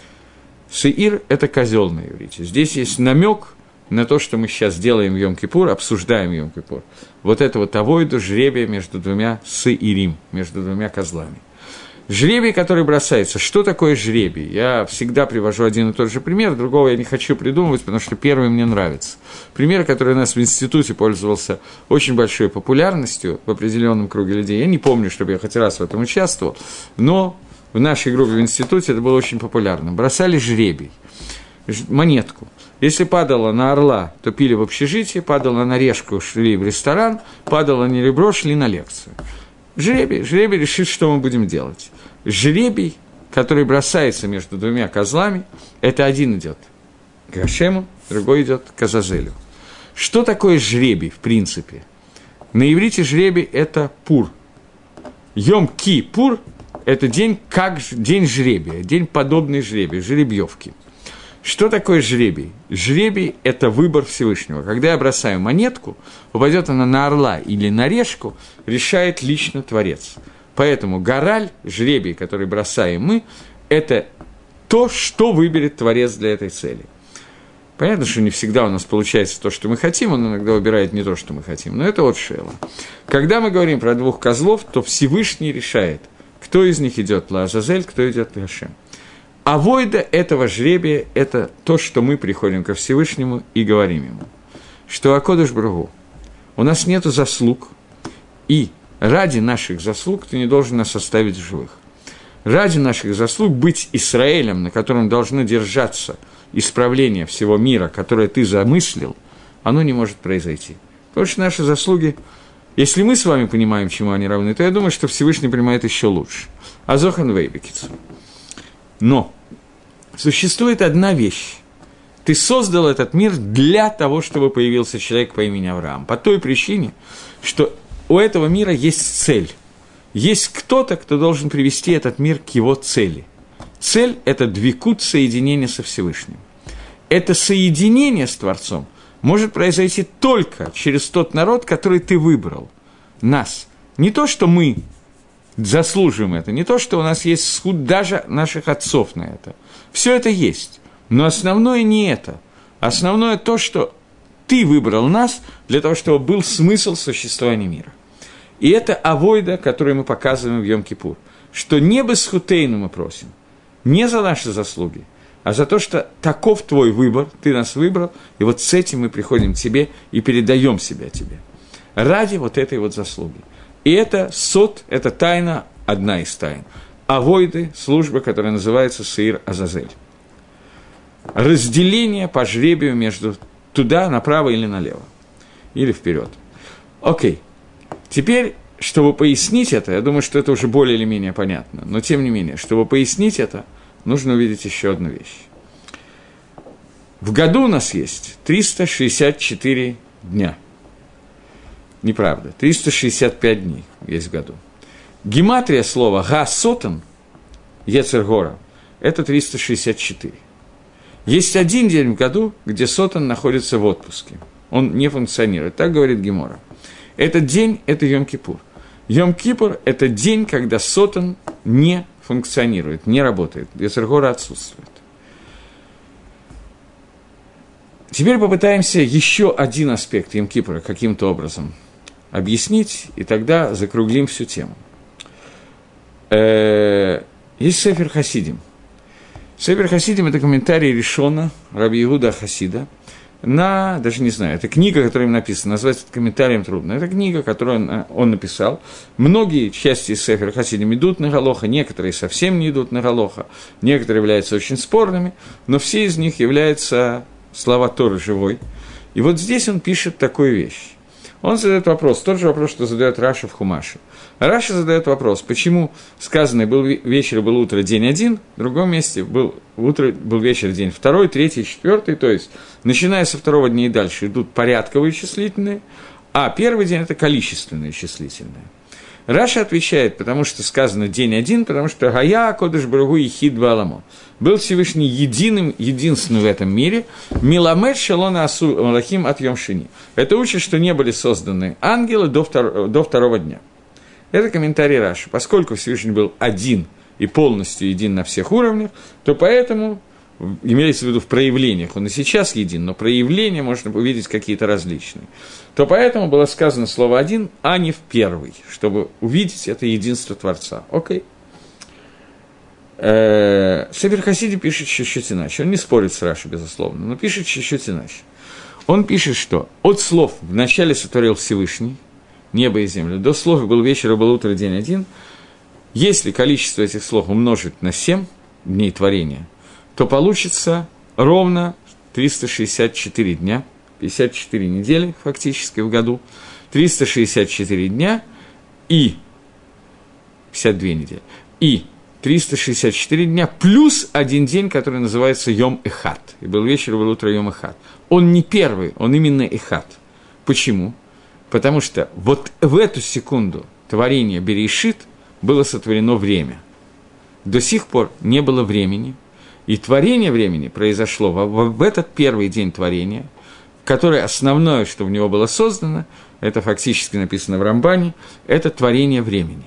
Сеир – это козел на иврите. Здесь есть намек на то, что мы сейчас делаем Йом-Кипур, обсуждаем Йом-Кипур. Вот это вот авойду, жребие между двумя Сеирим, между двумя козлами. Жребий, который бросается. Что такое жребий? Я всегда привожу один и тот же пример, другого я не хочу придумывать, потому что первый мне нравится. Пример, который у нас в институте пользовался очень большой популярностью в определенном круге людей. Я не помню, чтобы я хоть раз в этом участвовал, но в нашей группе в институте это было очень популярно. Бросали жребий, монетку. Если падало на орла, то пили в общежитии, падало на решку, шли в ресторан, падало на ребро, шли на лекцию. Жребий, жребий решит, что мы будем делать. Жребий, который бросается между двумя козлами, это один идет к Гашему, другой идет к Азазелю. Что такое жребий, в принципе? На иврите жребий – это пур. Йом-Ки-Пур – это день, как день жребия, день подобный жребию, жеребьевки. Что такое жребий? Жребий – это выбор Всевышнего. Когда я бросаю монетку, упадет она на орла или на решку, решает лично Творец. Поэтому гораль, жребий, который бросаем мы, это то, что выберет Творец для этой цели. Понятно, что не всегда у нас получается то, что мы хотим, он иногда выбирает не то, что мы хотим, но это вот шела. Когда мы говорим про двух козлов, то Всевышний решает, кто из них идет Лаазазель, кто идет Гашем. А войда этого жребия – это то, что мы приходим ко Всевышнему и говорим ему, что Акодыш Барух Ху, у нас нет заслуг, и ради наших заслуг ты не должен нас оставить в живых. Ради наших заслуг быть Израилем, на котором должны держаться исправления всего мира, которое ты замыслил, оно не может произойти. Потому что наши заслуги, если мы с вами понимаем, чему они равны, то я думаю, что Всевышний понимает еще лучше. Азохан вейбекицу. Но существует одна вещь. Ты создал этот мир для того, чтобы появился человек по имени Авраам. По той причине, что у этого мира есть цель. Есть кто-то, кто должен привести этот мир к его цели. Цель – это двикут, соединение со Всевышним. Это соединение с Творцом может произойти только через тот народ, который ты выбрал. Нас. Не то, что мы заслуживаем это, не то, что у нас есть суд даже наших отцов на это. Все это есть. Но основное не это. Основное то, что ты выбрал нас для того, чтобы был смысл существования мира. И это авойда, которую мы показываем в Йом-Кипур. Что не бесхутейну мы просим, не за наши заслуги, а за то, что таков твой выбор, ты нас выбрал, и вот с этим мы приходим к тебе и передаем себя тебе. Ради вот этой вот заслуги. И это сот, это тайна, одна из тайн. Авойды, служба, которая называется Сеир Азазель. Разделение по жребию между туда, направо или налево. Или вперед. Окей. Теперь, чтобы пояснить это, я думаю, что это уже более или менее понятно, но тем не менее, чтобы пояснить это, нужно увидеть еще одну вещь. В году у нас есть триста шестьдесят четыре дня. Неправда, триста шестьдесят пять дней есть в году. Гематрия слова «га-сотан», «ецер-гора», это триста шестьдесят четыре. Есть один день в году, где сотан находится в отпуске. Он не функционирует, так говорит Гемора. Этот день – это Йом-Кипур. Йом-Кипур – это день, когда сотан не функционирует, не работает, ецер-гора отсутствует. Теперь попытаемся еще один аспект Йом-Кипура каким-то образом объяснить, и тогда закруглим всю тему. Есть Сефер Хасидим. Сефер Хасидим – это комментарий Ришона, Раби Иуда Хасида, на, даже не знаю, это книга, которая им написана, назвать это комментарием трудно. Это книга, которую он, он написал. Многие части из Сефер Хасидим идут на Галоха, некоторые совсем не идут на Галоха, некоторые являются очень спорными, но все из них являются слова Торы живой. И вот здесь он пишет такую вещь. Он задает вопрос, тот же вопрос, что задает Раша в Хумаше. Раша задает вопрос, почему сказано «был вечер, был утро, день один», в другом месте был утро, был вечер, день второй, третий, четвертый, то есть, начиная со второго дня и дальше идут порядковые числительные, а первый день – это количественные числительные. Раша отвечает, потому что сказано «день один», потому что «Гая кодыш баругу ехид бааламо». Был Всевышний единым, единственным в этом мире. «Миламед шалона асу малахим от йом-шини». Это учит, что не были созданы ангелы до, втор- до второго дня. Это комментарий Раши. Поскольку Всевышний был один и полностью един на всех уровнях, то поэтому, имеется в виду в проявлениях, он и сейчас един, но проявления можно увидеть какие-то различные, то поэтому было сказано слово «один», а не в первый, чтобы увидеть это единство Творца. Окей. Сефер Хасиди пишет чуть-чуть иначе. Он не спорит с Раши, безусловно, но пишет чуть-чуть иначе. Он пишет, что от слов «в начале сотворил Всевышний», небо и землю, до слов «был вечер, и был утро, день один», если количество этих слов умножить на семь дней творения, то получится ровно триста шестьдесят четыре дня, пятьдесят четыре недели фактически в году, триста шестьдесят четыре дня и пятьдесят две недели, и триста шестьдесят четыре дня плюс один день, который называется Йом-Эхад. И был вечер, и был утро Йом-Эхад. Он не первый, он именно Эхад. Почему? Потому что вот в эту секунду творения Берешит было сотворено время. До сих пор не было времени, и творение времени произошло в, в этот первый день творения, которое основное, что в него было создано, это фактически написано в Рамбане, это творение времени.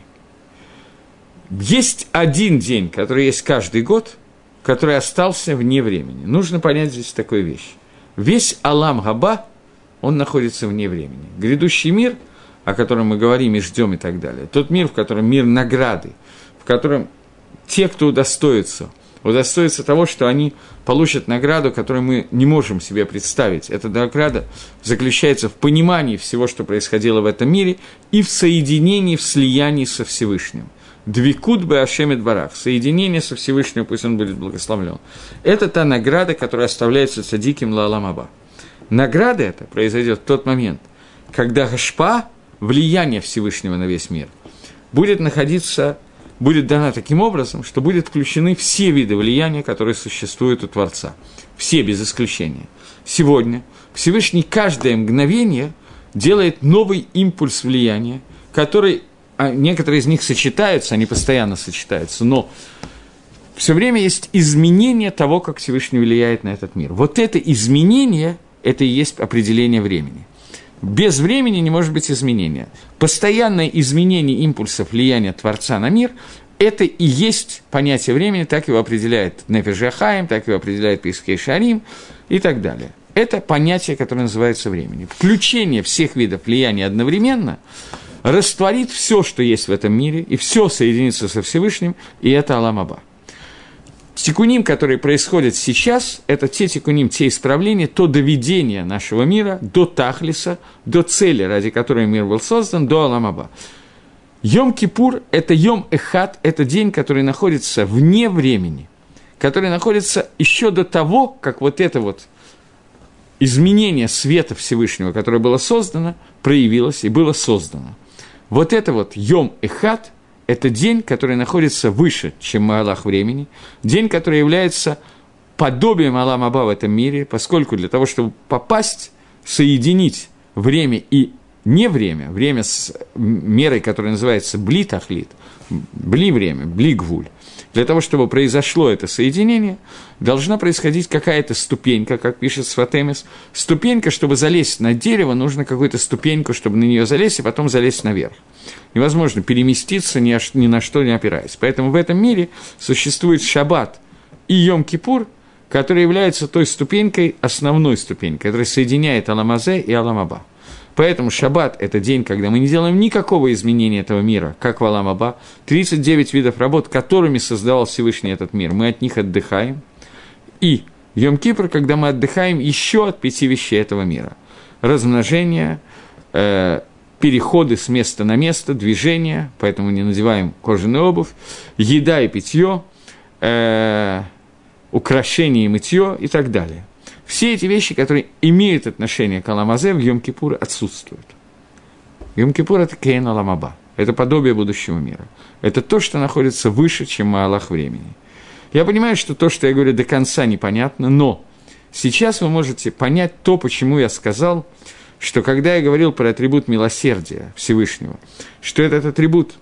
Есть один день, который есть каждый год, который остался вне времени. Нужно понять здесь такую вещь. Весь Алам Габа, он находится вне времени. Грядущий мир, о котором мы говорим и ждем и так далее, тот мир, в котором мир награды, в котором те, кто удостоится, удостоится того, что они получат награду, которую мы не можем себе представить. Эта награда заключается в понимании всего, что происходило в этом мире, и в соединении, в слиянии со Всевышним. Двикут бы Ашемет Барах, соединение со Всевышним, пусть он будет благословлен. Это та награда, которая оставляется цадиким лаалам аба. Награда эта произойдет в тот момент, когда гашпа, влияние Всевышнего на весь мир, будет находиться, будет дана таким образом, что будут включены все виды влияния, которые существуют у Творца. Все без исключения. Сегодня Всевышний каждое мгновение делает новый импульс влияния, который, а некоторые из них сочетаются, они постоянно сочетаются, но все время есть изменение того, как Всевышний влияет на этот мир. Вот это изменение, это и есть определение времени. Без времени не может быть изменения. Постоянное изменение импульсов влияния Творца на мир – это и есть понятие времени, так его определяет Нефеш ха-Хаим, так его определяет Пискей Шарим и так далее. Это понятие, которое называется временем. Включение всех видов влияния одновременно растворит все, что есть в этом мире, и все соединится со Всевышним, и это Алам Аба. Тикуним, которые происходят сейчас, это те тикуним, те исправления, то доведение нашего мира до Тахлиса, до цели, ради которой мир был создан, до Алам Аба. Йом-Кипур – это Йом-Эхат, это день, который находится вне времени, который находится еще до того, как вот это вот изменение света Всевышнего, которое было создано, проявилось и было создано. Вот это вот Йом-Эхат – это день, который находится выше, чем Маалах времени, день, который является подобием Алам Аба в этом мире, поскольку для того, чтобы попасть, соединить время и не время, время с мерой, которая называется Бли Тахлит, Бли время, Бли Гвуль, для того, чтобы произошло это соединение, должна происходить какая-то ступенька, как пишет Сфатемис. Ступенька, чтобы залезть на дерево, нужно какую-то ступеньку, чтобы на нее залезть, и потом залезть наверх. Невозможно переместиться, ни, ни на что не опираясь. Поэтому в этом мире существует Шаббат и Йом-Кипур, который является той ступенькой, основной ступенькой, которая соединяет Алам Азе и Алам Аба. Поэтому Шаббат – это день, когда мы не делаем никакого изменения этого мира, как в Алам Аба. тридцать девять видов работ, которыми создавал Всевышний этот мир, мы от них отдыхаем. И Йом-Кипр, когда мы отдыхаем еще от пяти вещей этого мира. Размножение, э, переходы с места на место, движение, поэтому не надеваем кожаную обувь, еда и питье, э, украшение и мытье и так далее. Все эти вещи, которые имеют отношение к Алам Азе, в Йом-Кипур отсутствуют. Йом-Кипур – это Кейн Алам Аба, это подобие будущего мира. Это то, что находится выше, чем Маалах времени. Я понимаю, что то, что я говорю, до конца непонятно, но сейчас вы можете понять то, почему я сказал, что когда я говорил про атрибут милосердия Всевышнего, что этот атрибут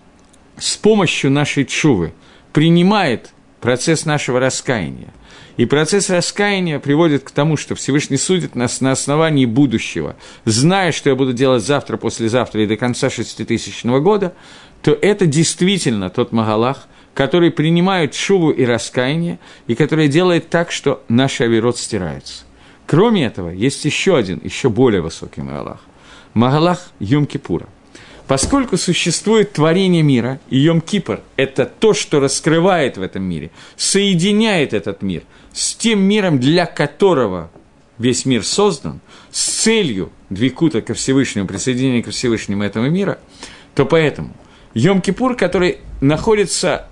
с помощью нашей тшувы принимает процесс нашего раскаяния, и процесс раскаяния приводит к тому, что Всевышний судит нас на основании будущего, зная, что я буду делать завтра, послезавтра и до конца шеститысячного года, то это действительно тот Магалах, который принимает шуву и раскаяние, и который делает так, что наши авирот стираются. Кроме этого, есть еще один, еще более высокий Магалах. Магалах Йом-Кипура. Поскольку существует творение мира, и Йом-Кипр – это то, что раскрывает в этом мире, соединяет этот мир с тем миром, для которого весь мир создан, с целью двикута ко Всевышнему, присоединения ко Всевышнему этого мира, то поэтому Йом-Кипур, который находится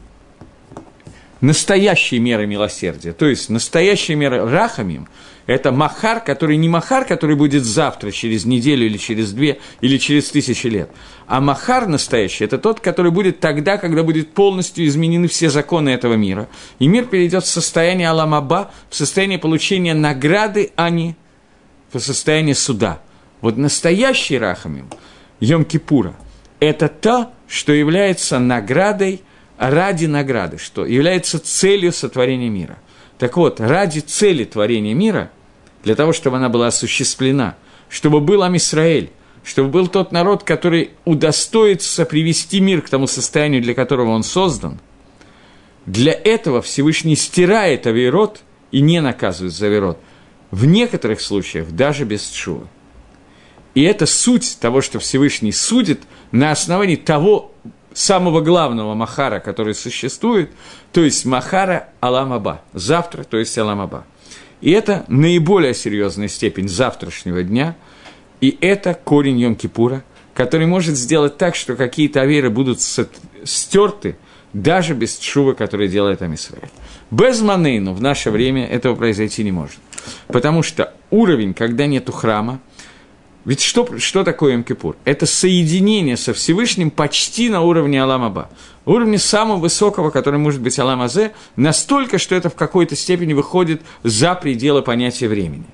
настоящей мерой милосердия, то есть настоящей мерой рахамим, это махар, который не махар, который будет завтра, через неделю или через две, или через тысячи лет, а махар настоящий – это тот, который будет тогда, когда будут полностью изменены все законы этого мира, и мир перейдет в состояние Алам Аба, в состояние получения награды, а не в состояние суда. Вот настоящий рахамим, Йом-Кипура, это то, что является наградой ради награды, что является целью сотворения мира. Так вот, ради цели творения мира, для того, чтобы она была осуществлена, чтобы был Ам Исраэль, чтобы был тот народ, который удостоится привести мир к тому состоянию, для которого он создан, для этого Всевышний стирает авейрот и не наказывает за авейрот, в некоторых случаях даже без тшувы. И это суть того, что Всевышний судит на основании того самого главного махара, который существует, то есть махара Алам Аба, завтра, то есть Алам Аба. И это наиболее серьезная степень завтрашнего дня, и это корень Йом-Кипура, который может сделать так, что какие-то аверы будут стерты, даже без тшувы, который делает Ам Исраэль. Без манейну в наше время этого произойти не может. Потому что уровень, когда нету храма, ведь что, что такое Йом-Кипур? Это соединение со Всевышним почти на уровне Алам Аба. Уровне самого высокого, который может быть Алам Азе, настолько, что это в какой-то степени выходит за пределы понятия времени.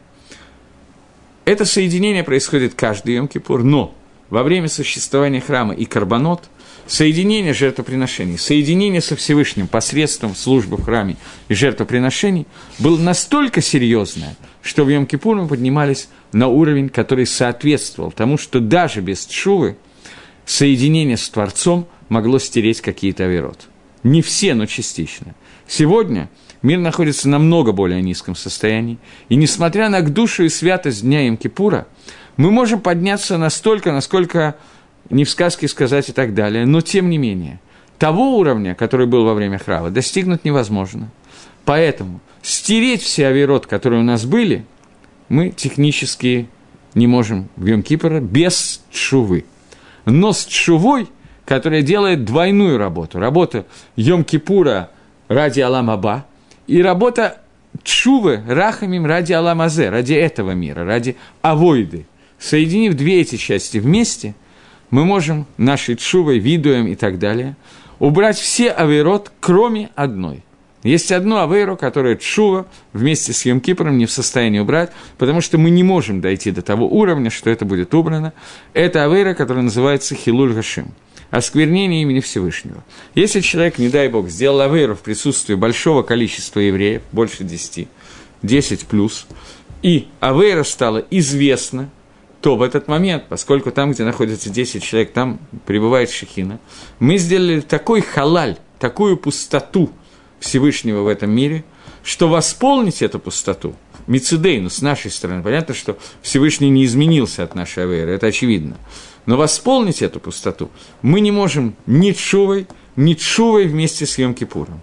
Это соединение происходит каждый Йом-Кипур, но во время существования храма и карбонот, соединение жертвоприношений, соединение со Всевышним посредством службы в храме и жертвоприношений было настолько серьезное, что в Йом-Кипур мы поднимались на уровень, который соответствовал тому, что даже без тшувы соединение с Творцом могло стереть какие-то авирот. Не все, но частично. Сегодня мир находится на намного более низком состоянии, и несмотря на душу и святость дня Йом-Кипура, мы можем подняться настолько, насколько не в сказке сказать и так далее, но тем не менее, того уровня, который был во время храма, достигнуть невозможно. Поэтому стереть все авирот, которые у нас были, мы технически не можем в Йом-Кипур без тшувы. Но с тшувой, которая делает двойную работу, работа Йом-Кипура ради Алам Аба и работа тшувы рахамим ради Алам Азе, ради этого мира, ради авойды. Соединив две эти части вместе, мы можем нашей тшувой, видуем и так далее убрать все авейрот, кроме одной. Есть одно авейро, которое тшува вместе с Йом-Кипуром не в состоянии убрать, потому что мы не можем дойти до того уровня, что это будет убрано. Это авейро, которое называется хилуль гашим, осквернение имени Всевышнего. Если человек, не дай Бог, сделал авейро в присутствии большого количества евреев, больше десяти, десять плюс, и авейро стало известно, то в этот момент, поскольку там, где находится десять человек, там пребывает шехина, мы сделали такой халаль, такую пустоту Всевышнего в этом мире, что восполнить эту пустоту, мицидейну, с нашей стороны, понятно, что Всевышний не изменился от нашей авейры, это очевидно, но восполнить эту пустоту мы не можем ни тшувой, ни тшувой вместе с Йом-Кипуром.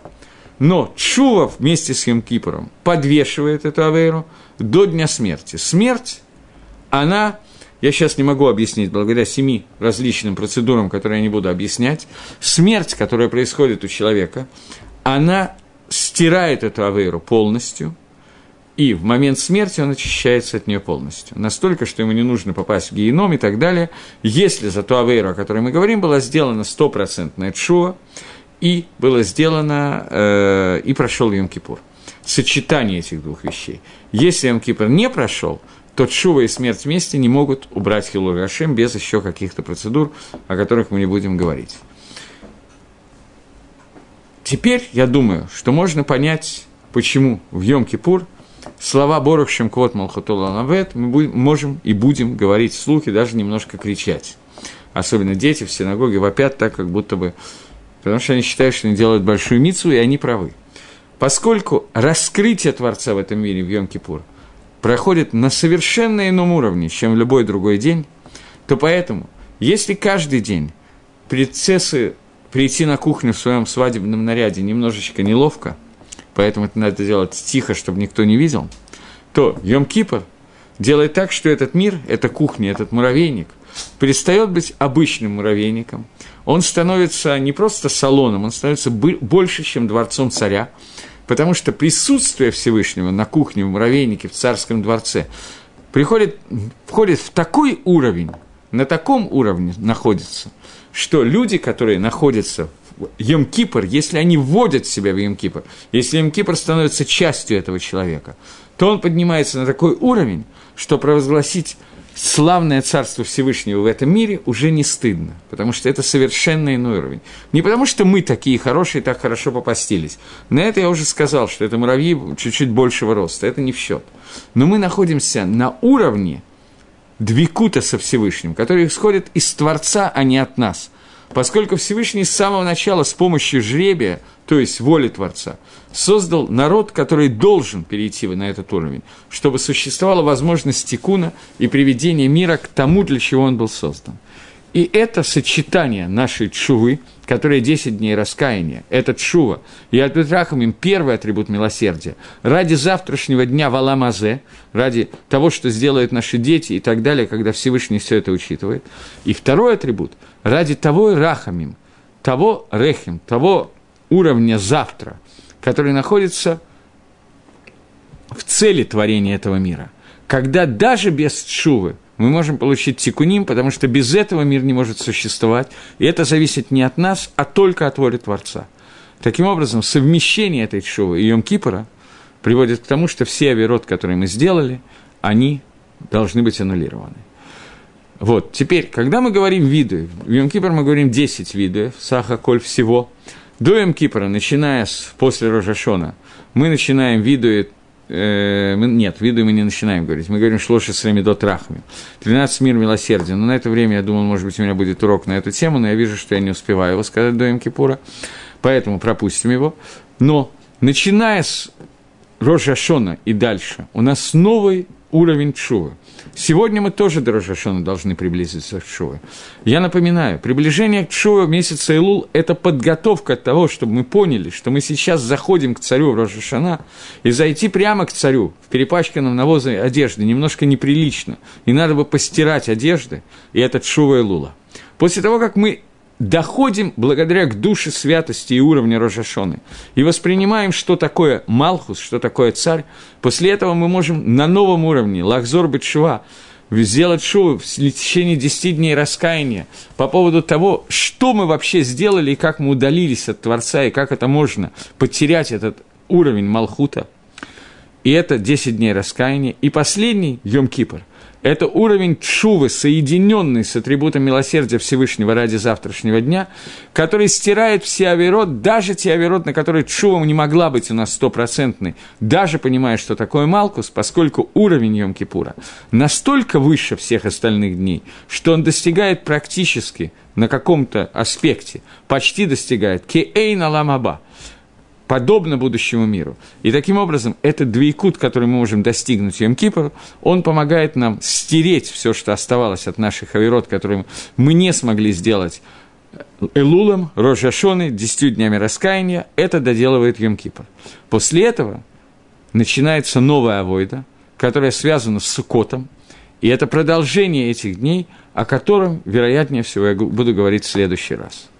Но тшува вместе с Йом-Кипуром подвешивает эту авейру до дня смерти. Смерть, она... Я сейчас не могу объяснить, благодаря семи различным процедурам, которые я не буду объяснять. Смерть, которая происходит у человека, она стирает эту авейру полностью, и в момент смерти он очищается от нее полностью. Настолько, что ему не нужно попасть в геном и так далее. Если за ту авейру, о которой мы говорим, была сделана стопроцентная тшува, и было сделано, э, и прошел Йом-Кипур. Сочетание этих двух вещей. Если Йом-Кипур не прошел, то тшува и смерть вместе не могут убрать хилуль гашим без еще каких-то процедур, о которых мы не будем говорить. Теперь я думаю, что можно понять, почему в Йом-Кипур слова «Борух шем квот малхутол алавет» мы будем, можем и будем говорить вслух и даже немножко кричать. Особенно дети в синагоге вопят так, как будто бы... Потому что они считают, что они делают большую мицву, и они правы. Поскольку раскрытие Творца в этом мире в Йом-Кипур проходит на совершенно ином уровне, чем в любой другой день, то поэтому, если каждый день принцессы прийти на кухню в своем свадебном наряде немножечко неловко, поэтому это надо делать тихо, чтобы никто не видел, то Йом-Кипур делает так, что этот мир, эта кухня, этот муравейник перестает быть обычным муравейником, он становится не просто салоном, он становится больше, чем дворцом царя, потому что присутствие Всевышнего на кухне, в муравейнике, в царском дворце приходит, входит в такой уровень, на таком уровне находится, что люди, которые находятся в Йом-Кипур, если они вводят себя в Йом-Кипур, если Йом-Кипур становится частью этого человека, то он поднимается на такой уровень, что провозгласить славное царство Всевышнего в этом мире уже не стыдно, потому что это совершенно иной уровень. Не потому что мы такие хорошие, так хорошо попастились. На это я уже сказал, что это муравьи чуть-чуть большего роста, это не в счет. Но мы находимся на уровне двикута со Всевышним, который исходит из Творца, а не от нас. Поскольку Всевышний с самого начала с помощью жребия, то есть воли Творца, создал народ, который должен перейти на этот уровень, чтобы существовала возможность тикуна и приведения мира к тому, для чего он был создан. И это сочетание нашей тшувы, которая десять дней раскаяния, это тшува, и Альбет Рахамим – первый атрибут милосердия, ради завтрашнего дня в Олам Азе, ради того, что сделают наши дети и так далее, когда Всевышний все это учитывает. И второй атрибут – ради того Рахамим, того Рехим, того уровня завтра, который находится в цели творения этого мира, когда даже без тшувы мы можем получить тикуним, потому что без этого мир не может существовать, и это зависит не от нас, а только от воли Творца. Таким образом, совмещение этой тшувы и Йом-Кипура приводит к тому, что все авирот, которые мы сделали, они должны быть аннулированы. Вот, теперь, когда мы говорим виды, в Йом-Кипур мы говорим десять видов, саха-коль всего, до Йом-Кипура, начиная с после Рош ха-Шана, мы начинаем виды. Нет, виду мы не начинаем говорить. Мы говорим шлоша с ремидот рахами. тринадцать мир милосердия. Но на это время, я думал, может быть, у меня будет урок на эту тему, но я вижу, что я не успеваю его сказать до Йом-Кипура, поэтому пропустим его. Но, начиная с Рош ха-Шана и дальше, у нас новый уровень тшувы. Сегодня мы тоже до Рош ха-Шана должны приблизиться к тшуве. Я напоминаю, приближение к тшуве месяца Илул – это подготовка к того, чтобы мы поняли, что мы сейчас заходим к царю в Рош ха-Шана, и зайти прямо к царю в перепачканном навозом одежде немножко неприлично, и надо бы постирать одежды, и это тшува Илула. После того, как мы доходим благодаря к душе святости и уровню Рош ха-Шаны и воспринимаем, что такое Малхус, что такое царь, после этого мы можем на новом уровне, лахзор бет-шува, сделать шоу в течение десяти дней раскаяния по поводу того, что мы вообще сделали и как мы удалились от Творца, и как это можно потерять этот уровень Малхута. И это десять дней раскаяния. И последний, Йом-Кипур, это уровень тшувы, соединенный с атрибутом милосердия Всевышнего ради завтрашнего дня, который стирает все авирот, даже те авирот, на которые тшува не могла быть у нас стопроцентной, даже понимая, что такое Малкус, поскольку уровень Йом-Кипура настолько выше всех остальных дней, что он достигает практически на каком-то аспекте, почти достигает «Кеэйн алам аба», подобно будущему миру. И таким образом, этот двейкут, который мы можем достигнуть в Йом-Кипур, он помогает нам стереть все, что оставалось от наших авирот, которые мы не смогли сделать Элулом, Рош ха-Шаны, десятью днями раскаяния, это доделывает Йом-Кипур. После этого начинается новая авойда, которая связана с Суккотом, и это продолжение этих дней, о котором, вероятнее всего, я буду говорить в следующий раз.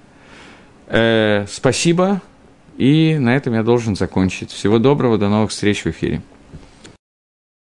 Э, спасибо. И на этом я должен закончить. Всего доброго, до новых встреч в эфире.